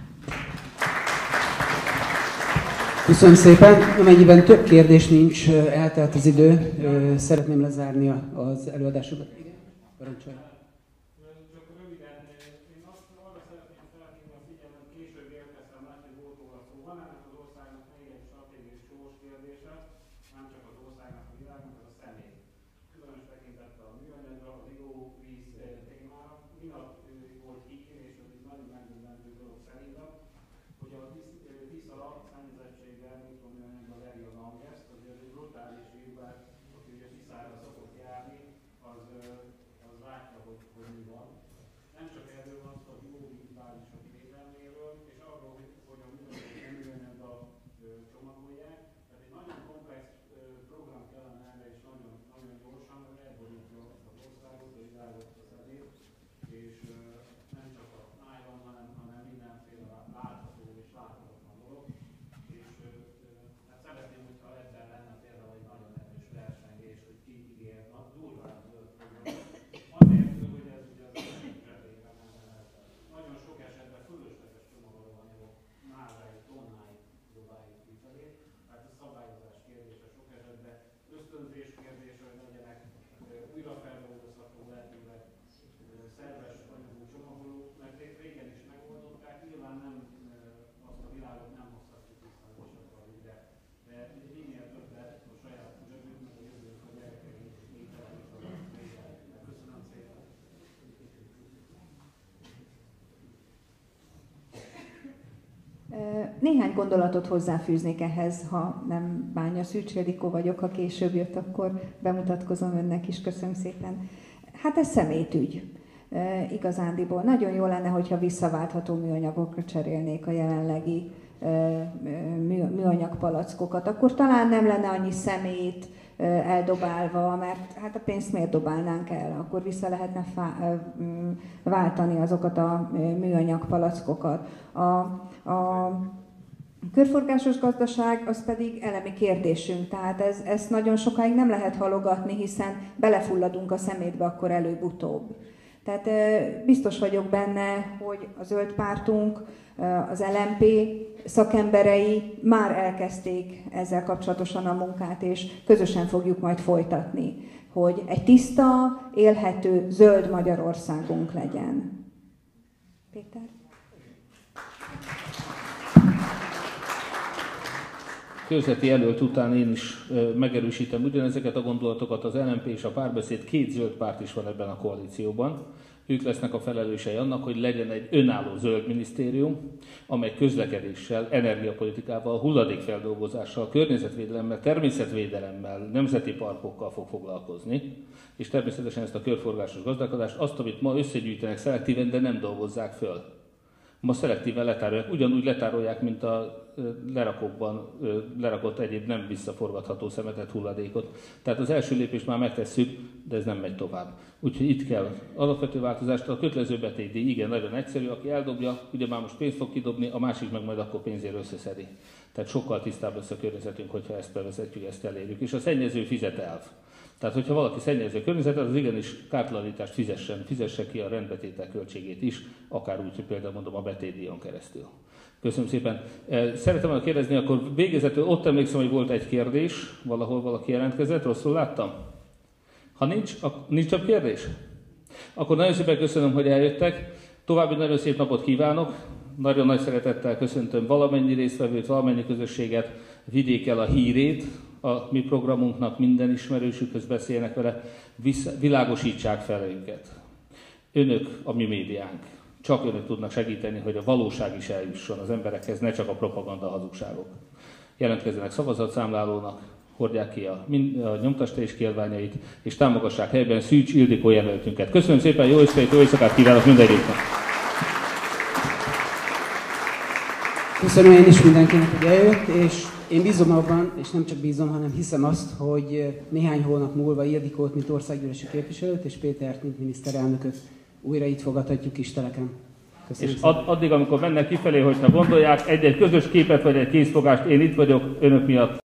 Köszönöm szépen. Amennyiben több kérdés nincs, eltelt az idő, szeretném lezárni az előadásokat. Igen? Parancsolj. Csak röviden, én azt arra szeretném felhívni a figyelmet, később érkeztem, lehet, hogy volt róla szó. Van ennek az országnak még egy stratégiai sors kérdése, nem csak az országnak, a világnak, az a személy. Különös tekintettel a műanyagra, az ivóvíz témára. Miatt volt ki, és ez egy nagyon megdöbbentő dolog szerintem, hogy a Tisza szennyezettséggel mikroműanyaggal veri a Gangeszt, hogy ez egy brutális ívvel, aki ugye Tiszára szokott járni, az, az látja, hogy, hogy mi van. Nem csak erről van szó, a biológiálisok védelméről, és arról, hogy, hogy a műanyaggal csomagolják. Tehát egy nagyon komplex program kellene erre, és nagyon, nagyon gyorsan, hogy elborítja az országot, a világot, a szemét, és nem csak a nylon, hanem, hanem mindenféle látható és láthatatlan dolog. És hát szeretném, hogyha ebben lenne például egy nagyon erős versengés, hogy ki ígér, na durván zöld program. Anélkül, hogy ez ugye az zsebében nagyon sok esetben fölösleges csomagolóanyagok mázáig, tonnáig dobáljuk kifelé. Tehát a szabályozás kérdése sok esetben, ösztönzés kérdése, hogy legyenek újrafeldolgozható, lehetőleg szerves anyagú csomagolók, mert régen is megoldották, nyilván nem azt a világot nem hozhatjuk vissza, és akarjuk, de, de minél többet a saját zsebünknek, a jövőnk, a gyerekeink kénytelenek a végeletnek. Köszönöm szépen! Néhány gondolatot hozzáfűznék ehhez, ha nem bánja. Szűcs Ildikó vagyok, ha később jött, akkor bemutatkozom önnek is. Köszönöm szépen. Hát ez szemétügy. E, igazándiból. Nagyon jó lenne, hogyha visszaváltható műanyagokra cserélnék a jelenlegi e, mű, műanyag palackokat. Akkor talán nem lenne annyi szemét e, eldobálva, mert hát a pénzt miért dobálnánk el? Akkor vissza lehetne fá, e, váltani azokat a műanyag palackokat. A, a körforgásos gazdaság az pedig elemi kérdésünk, tehát ez, ezt nagyon sokáig nem lehet halogatni, hiszen belefulladunk a szemétbe akkor előbb-utóbb. Tehát biztos vagyok benne, hogy a Zöld Pártunk, az el em pé szakemberei már elkezdték ezzel kapcsolatosan a munkát, és közösen fogjuk majd folytatni, hogy egy tiszta, élhető, zöld Magyarországunk legyen. Péter? Körzeti jelölt után én is megerősítem ugyanezeket a gondolatokat, az el em pé és a Párbeszéd, két zöld párt is van ebben a koalícióban. Ők lesznek a felelősei annak, hogy legyen egy önálló zöld minisztérium, amely közlekedéssel, energiapolitikával, hulladékfeldolgozással, környezetvédelemmel, természetvédelemmel, nemzeti parkokkal fog foglalkozni, és természetesen ezt a körforgásos gazdálkodást, azt, amit ma összegyűjtenek szelektíven, de nem dolgozzák föl. ma szelektíven letárolják, ugyanúgy letárolják, mint a lerakókban lerakott egyéb nem visszaforgatható szemetet, hulladékot. Tehát az első lépést már megtesszük, de ez nem megy tovább. Úgyhogy itt kell alapvető változást. A kötelező betétdíj, igen, nagyon egyszerű, aki eldobja, ugye már most pénzt fog kidobni, a másik meg majd akkor pénzért összeszedi. Tehát sokkal tisztább lesz a környezetünk, hogyha ezt bevezetjük, ezt elérjük. És a szennyező fizet elv. Tehát, hogyha valaki szennyezi a környezetet, az igenis kártalanítást fizessen, fizesse ki a rendbetétel költségét is, akár úgy, hogy például mondom a betétdíjon keresztül. Köszönöm szépen. Szeretem volna kérdezni, akkor végezetül ott emlékszem, hogy volt egy kérdés, valahol valaki jelentkezett, rosszul láttam? Ha nincs, akkor nincs több kérdés? Akkor nagyon szépen köszönöm, hogy eljöttek. További nagyon szép napot kívánok. Nagyon nagy szeretettel köszöntöm valamennyi résztvevőt, valamennyi közösséget. Vigyék el a hírét a mi programunknak, minden ismerősükhöz beszélnek vele, világosítsák fel őket. Önök a mi médiánk. Csak önök tudnak segíteni, hogy a valóság is eljusson az emberekhez, ne csak a propaganda hazugságok. Jelentkezzenek szavazatszámlálónak, hordják ki a, a nyomtasstés kiadványait, és támogassák helyben Szűcs Ildikó jelöltünket. Köszönöm szépen, jó éjszakát, jó éjszakát kívánok mindegyiknek! Köszönöm én is mindenkinek, hogy eljött, és én bízom abban, és nem csak bízom, hanem hiszem azt, hogy néhány hónap múlva Ildikót, mint országgyűlési képviselőt, és Pétert, mint miniszterelnököt újra itt fogadhatjuk kis teleken. Köszönöm és ad, addig, amikor mennek kifelé, hogyha gondolják, egy-egy közös képet vagy egy készfogást, én itt vagyok önök miatt.